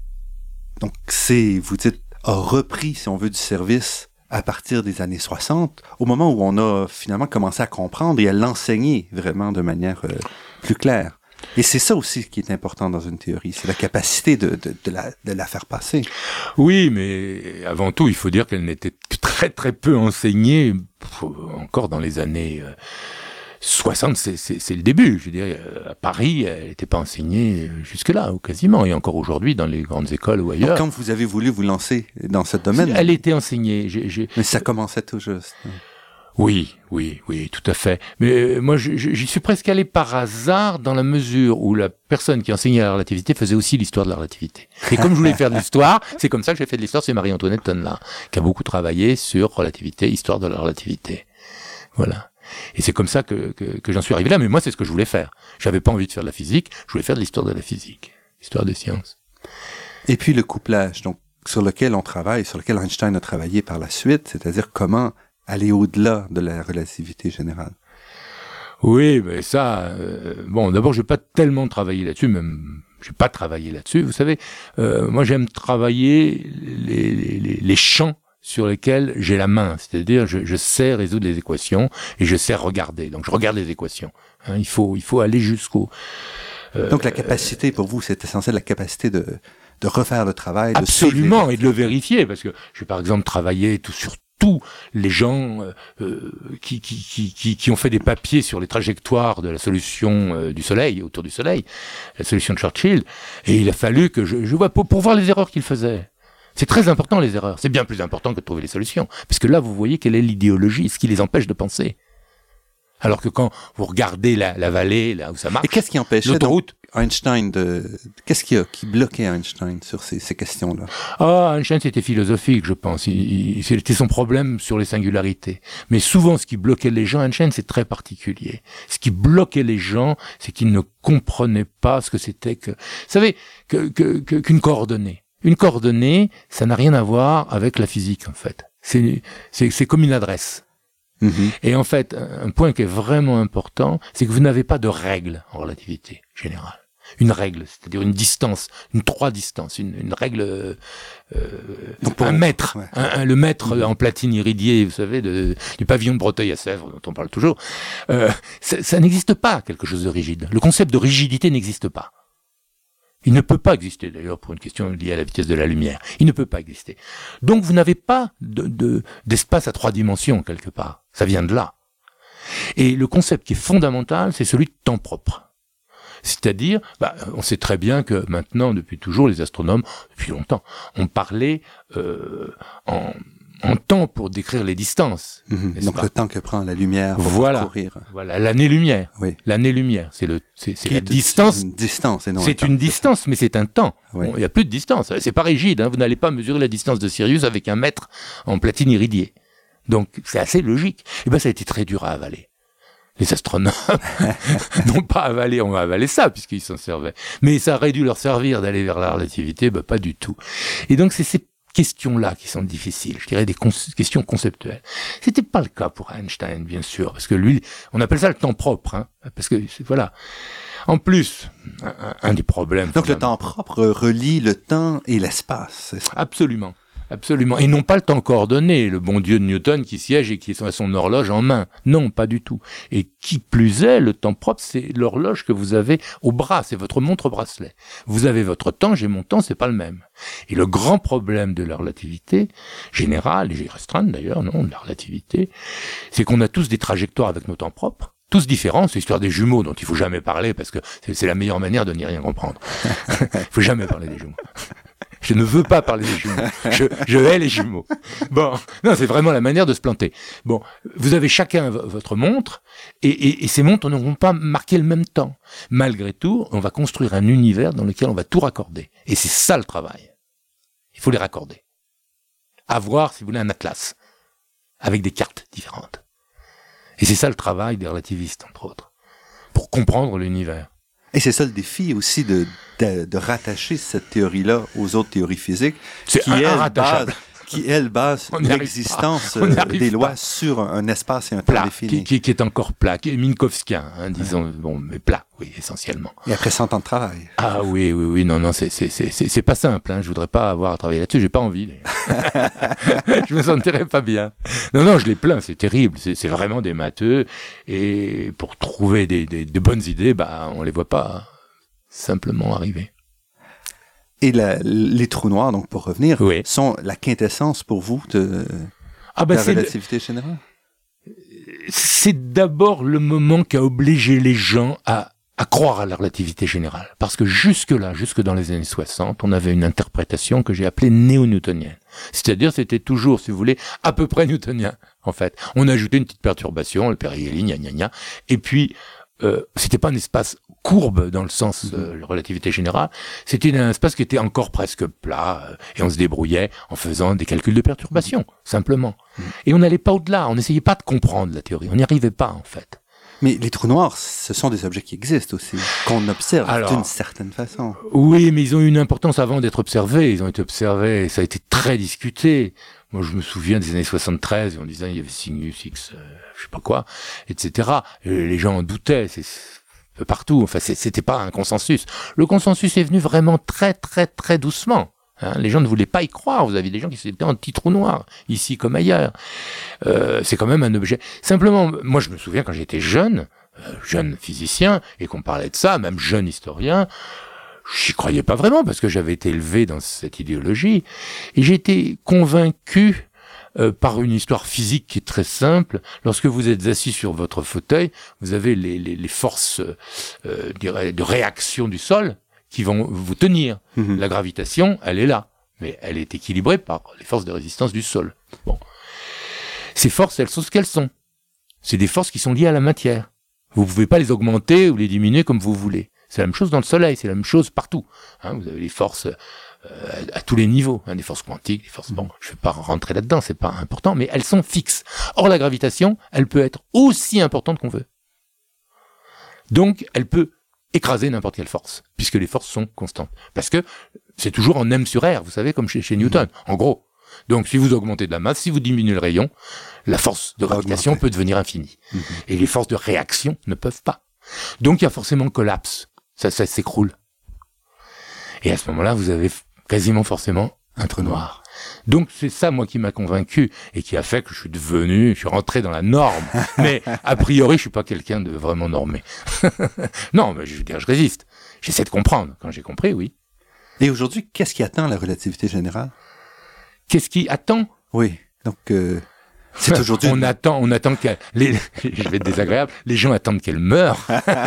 donc c'est, vous dites, a repris, si on veut, du service à partir des années soixante, au moment où on a finalement commencé à comprendre et à l'enseigner vraiment de manière euh, plus claire. Et c'est ça aussi qui est important dans une théorie, c'est la capacité de, de, de, la, de la faire passer. Oui, mais avant tout, il faut dire qu'elle n'était que très très peu enseignée, encore dans les années... Euh, soixante, c'est, c'est, c'est le début. Je veux dire, à Paris, elle n'était pas enseignée jusque-là, ou quasiment, et encore aujourd'hui dans les grandes écoles ou ailleurs. Donc, quand vous avez voulu vous lancer dans ce domaine... Elle était enseignée. J'ai, j'ai... Mais ça commençait tout juste. Oui, oui, oui, tout à fait. Mais moi, j'y suis presque allé par hasard dans la mesure où la personne qui enseignait la relativité faisait aussi l'histoire de la relativité. Et comme je voulais faire de l'histoire, c'est comme ça que j'ai fait de l'histoire. C'est Marie-Antoinette Tonnelat, qui a beaucoup travaillé sur relativité, histoire de la relativité. Voilà. Et c'est comme ça que, que, que j'en suis arrivé là. Mais moi, c'est ce que je voulais faire. J'avais pas envie de faire de la physique. Je voulais faire de l'histoire de la physique, l'histoire des sciences. Et puis le couplage, donc sur lequel on travaille, sur lequel Einstein a travaillé par la suite, c'est-à-dire comment aller au-delà de la relativité générale. Oui, mais ça, euh, bon, d'abord, j'ai pas tellement travaillé là-dessus, même, j'ai pas travaillé là-dessus. Vous savez, euh, moi, j'aime travailler les, les, les champs sur lesquels j'ai la main, c'est-à-dire je, je sais résoudre les équations et je sais regarder. Donc je regarde les équations. Hein, il faut, il faut aller jusqu'au. Euh, Donc la capacité pour vous, c'est essentiel, la capacité de de refaire le travail. De absolument, et de le vérifier, parce que j'ai par exemple travaillé tout sur tous les gens euh, qui, qui qui qui qui ont fait des papiers sur les trajectoires de la solution euh, du Soleil, autour du Soleil, la solution de Schwarzschild, et il a fallu que je, je vois pour, pour voir les erreurs qu'ils faisaient. C'est très important, les erreurs. C'est bien plus important que de trouver les solutions. Parce que là, vous voyez quelle est l'idéologie, ce qui les empêche de penser. Alors que quand vous regardez la, la vallée, là où ça marche... Et qu'est-ce qui empêchait l'autoroute Einstein de... Qu'est-ce qui, a, qui bloquait Einstein sur ces, ces questions-là? Ah, Einstein, c'était philosophique, je pense. Il, il, c'était son problème sur les singularités. Mais souvent, ce qui bloquait les gens, Einstein, c'est très particulier. Ce qui bloquait les gens, c'est qu'ils ne comprenaient pas ce que c'était que... Vous savez, que, que, que, qu'une coordonnée. Une coordonnée, ça n'a rien à voir avec la physique, en fait. C'est, c'est, c'est comme une adresse. Mm-hmm. Et en fait, un point qui est vraiment important, c'est que vous n'avez pas de règle en relativité générale. Une règle, c'est-à-dire une distance, une trois distances, une, une règle, euh, Donc, un mètre, ouais. un, un, le mètre mmh. en platine iridiée, vous savez, de, du pavillon de Breteuil à Sèvres, dont on parle toujours, euh, ça, ça n'existe pas, quelque chose de rigide. Le concept de rigidité n'existe pas. Il ne peut pas exister, d'ailleurs, pour une question liée à la vitesse de la lumière. Il ne peut pas exister. Donc, vous n'avez pas de, de, d'espace à trois dimensions, quelque part. Ça vient de là. Et le concept qui est fondamental, c'est celui de temps propre. C'est-à-dire, bah, on sait très bien que maintenant, depuis toujours, les astronomes, depuis longtemps, ont parlé euh, en, en temps pour décrire les distances. Mmh. Donc pas le temps que prend la lumière pour voilà, parcourir. Voilà, l'année-lumière. Oui. L'année-lumière, c'est le, c'est, c'est la distance. C'est une distance, et non C'est une distance, mais c'est un temps. Oui. Bon, il n'y a plus de distance. C'est pas rigide. Hein. Vous n'allez pas mesurer la distance de Sirius avec un mètre en platine iridiée. Donc c'est assez logique. Et ben ça a été très dur à avaler. Les astronomes n'ont pas avalé, on va avaler ça, puisqu'ils s'en servaient. Mais ça aurait dû leur servir d'aller vers la relativité, bah, pas du tout. Et donc, c'est ces questions-là qui sont difficiles, je dirais des con- questions conceptuelles. C'était pas le cas pour Einstein, bien sûr, parce que lui, on appelle ça le temps propre, hein, parce que, voilà. En plus, un, un des problèmes... Donc, le temps propre relie le temps et l'espace, c'est ça? Absolument. Absolument. Et non pas le temps coordonné, le bon Dieu de Newton qui siège et qui a son horloge en main. Non, pas du tout. Et qui plus est, le temps propre, c'est l'horloge que vous avez au bras, c'est votre montre-bracelet. Vous avez votre temps, j'ai mon temps, c'est pas le même. Et le grand problème de la relativité générale, et restreinte d'ailleurs, non, de la relativité, c'est qu'on a tous des trajectoires avec nos temps propres. Tous différents, c'est l'histoire des jumeaux dont il faut jamais parler parce que c'est, c'est la meilleure manière de n'y rien comprendre. Il faut jamais parler des jumeaux. Je ne veux pas parler des jumeaux. Je, je hais les jumeaux. Bon, non, c'est vraiment la manière de se planter. Bon, vous avez chacun v- votre montre, et, et, et ces montres n'auront pas marqué le même temps. Malgré tout, on va construire un univers dans lequel on va tout raccorder. Et c'est ça le travail. Il faut les raccorder. Avoir, si vous voulez, un atlas, avec des cartes différentes. Et c'est ça le travail des relativistes, entre autres, pour comprendre l'univers. Et c'est ça le défi aussi de, de, de rattacher cette théorie-là aux autres théories physiques, c'est qui, un, elles, basent, qui elles basent l'existence des lois pas. sur un espace et un temps plat, défini. Qui, qui, qui est encore plat, qui est minkowskien, hein, disons, ouais. Bon, mais plat, oui, essentiellement. Et après cent ans de travail. Ah oui, oui, oui, non, non, c'est, c'est, c'est, c'est, c'est pas simple, hein, je voudrais pas avoir à travailler là-dessus, j'ai pas envie. Je me sentirais pas bien. Non, non, je les plains, c'est terrible, c'est, c'est vraiment des matheux, et pour trouver des, des, de bonnes idées, bah, on les voit pas simplement arriver. Et la, les trous noirs, donc pour revenir, oui. sont la quintessence pour vous de, ah ben de la c'est relativité le... générale? C'est d'abord le moment qui a obligé les gens à, à croire à la relativité générale. Parce que jusque-là, jusque dans les années soixante, on avait une interprétation que j'ai appelée néo-newtonienne. C'est-à-dire, c'était toujours, si vous voulez, à peu près newtonien, en fait. On ajoutait une petite perturbation, le périhélie, gna gna gna, et puis, euh, c'était pas un espace courbe dans le sens euh, la relativité générale, c'était un espace qui était encore presque plat, euh, et on se débrouillait en faisant des calculs de perturbation, simplement. Mmh. Et on n'allait pas au-delà, on n'essayait pas de comprendre la théorie, on n'y arrivait pas en fait. Mais les trous noirs, ce sont des objets qui existent aussi, qu'on observe Alors, d'une certaine façon. Oui, mais ils ont eu une importance avant d'être observés, ils ont été observés, et ça a été très discuté. Moi, je me souviens des années soixante-treize, on disait il y avait Cygnus, X, euh, je sais pas quoi, et cetera. Et les gens en doutaient, c'est peu partout. Enfin, c'était pas un consensus. Le consensus est venu vraiment très, très, très doucement. Hein, les gens ne voulaient pas y croire. Vous aviez des gens qui étaient anti-trou noir, ici comme ailleurs. Euh, c'est quand même un objet. Simplement, moi, je me souviens quand j'étais jeune, euh, jeune physicien, et qu'on parlait de ça, même jeune historien. J'y croyais pas vraiment parce que j'avais été élevé dans cette idéologie et j'ai été convaincu euh, par une histoire physique qui est très simple. Lorsque vous êtes assis sur votre fauteuil, vous avez les, les, les forces euh, de réaction du sol qui vont vous tenir. Mmh. La gravitation, elle est là, mais elle est équilibrée par les forces de résistance du sol. Bon, ces forces, elles sont ce qu'elles sont. C'est des forces qui sont liées à la matière. Vous pouvez pas les augmenter ou les diminuer comme vous voulez. C'est la même chose dans le Soleil, c'est la même chose partout. Hein, vous avez les forces euh, à, à tous les niveaux, hein, des forces quantiques, des forces... Bon, je ne vais pas rentrer là-dedans, c'est pas important, mais elles sont fixes. Or, la gravitation, elle peut être aussi importante qu'on veut. Donc, elle peut écraser n'importe quelle force, puisque les forces sont constantes. Parce que c'est toujours en M sur R, vous savez, comme chez, chez Newton, en gros. Donc, si vous augmentez de la masse, si vous diminuez le rayon, la force de gravitation peut devenir infinie. Mmh. Et les forces de réaction ne peuvent pas. Donc, il y a forcément collapse. Ça, ça s'écroule. Et à ce moment-là, vous avez quasiment forcément un trou noir. Donc, c'est ça, moi, qui m'a convaincu et qui a fait que je suis devenu, je suis rentré dans la norme. Mais, a priori, je suis pas quelqu'un de vraiment normé. Non, mais je veux dire, je résiste. J'essaie de comprendre. Quand j'ai compris, oui. Et aujourd'hui, qu'est-ce qui attend la relativité générale? Qu'est-ce qui attend? Oui, donc euh, c'est aujourd'hui... On attend, on attend qu'elle... Les, je vais être désagréable, les gens attendent qu'elle meure.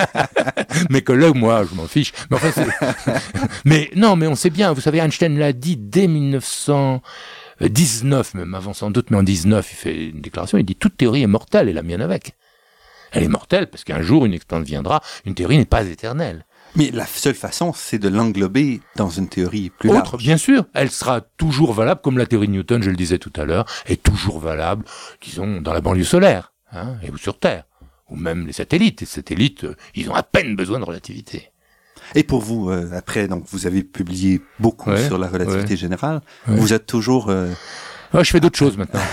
Mais que là, moi, je m'en fiche. Mais, enfin, c'est... mais non, mais on sait bien, vous savez, Einstein l'a dit dès mille neuf cent dix-neuf, même avant sans doute, mais en dix-neuf, il fait une déclaration, il dit « Toute théorie est mortelle, et la mienne avec ». Elle est mortelle parce qu'un jour, une expérience viendra, une théorie n'est pas éternelle. Mais la seule façon, c'est de l'englober dans une théorie plus large. Autre, bien sûr, elle sera toujours valable, comme la théorie de Newton, je le disais tout à l'heure, est toujours valable, disons, dans la banlieue solaire, hein, et ou sur Terre, ou même les satellites. Les satellites, euh, ils ont à peine besoin de relativité. Et pour vous, euh, après, donc, vous avez publié beaucoup ouais, sur la relativité ouais. générale. Ouais. Vous êtes toujours... Euh... Ah, je fais d'autres choses maintenant.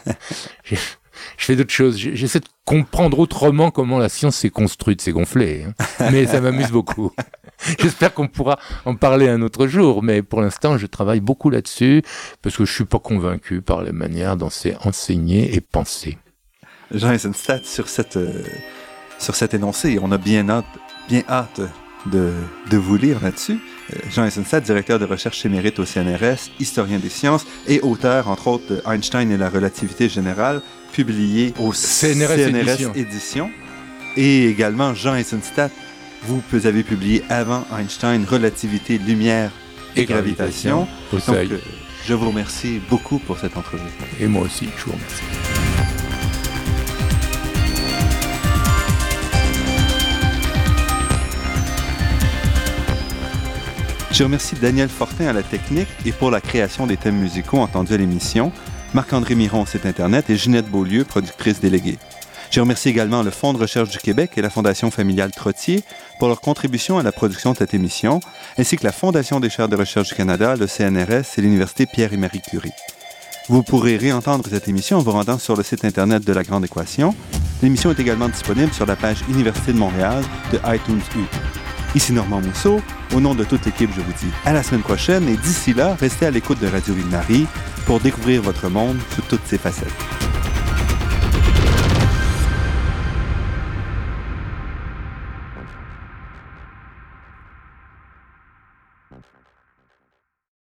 je fais d'autres choses. J'essaie de comprendre autrement comment la science s'est construite, s'est gonflée. Hein. Mais ça m'amuse beaucoup. J'espère qu'on pourra en parler un autre jour. Mais pour l'instant, je travaille beaucoup là-dessus parce que je suis pas convaincu par la manière dont c'est enseigné et pensé. Jean Eisenstadt, sur cette, euh, sur cet énoncé, on a bien hâte, bien hâte de, de vous lire là-dessus. Euh, Jean Eisenstadt, directeur de recherche émérite au C N R S, historien des sciences et auteur, entre autres, de Einstein et la relativité générale, publié au C N R S, C N R S Édition. Édition. Et également, Jean Eisenstadt, vous, vous avez publié avant Einstein, Relativité, Lumière et, et Gravitation. gravitation. Donc, euh, je vous remercie beaucoup pour cette entrevue. Et moi aussi, je vous remercie. Je remercie Daniel Fortin à la technique et pour la création des thèmes musicaux entendus à l'émission, Marc-André Miron au site Internet et Ginette Beaulieu, productrice déléguée. Je remercie également le Fonds de recherche du Québec et la Fondation familiale Trottier pour leur contribution à la production de cette émission, ainsi que la Fondation des chaires de recherche du Canada, le C N R S et l'Université Pierre et Marie Curie. Vous pourrez réentendre cette émission en vous rendant sur le site Internet de La Grande Équation. L'émission est également disponible sur la page Université de Montréal de iTunes U. Ici Normand Mousseau. Au nom de toute l'équipe, je vous dis à la semaine prochaine et d'ici là, restez à l'écoute de Radio Ville-Marie pour découvrir votre monde sous toutes ses facettes.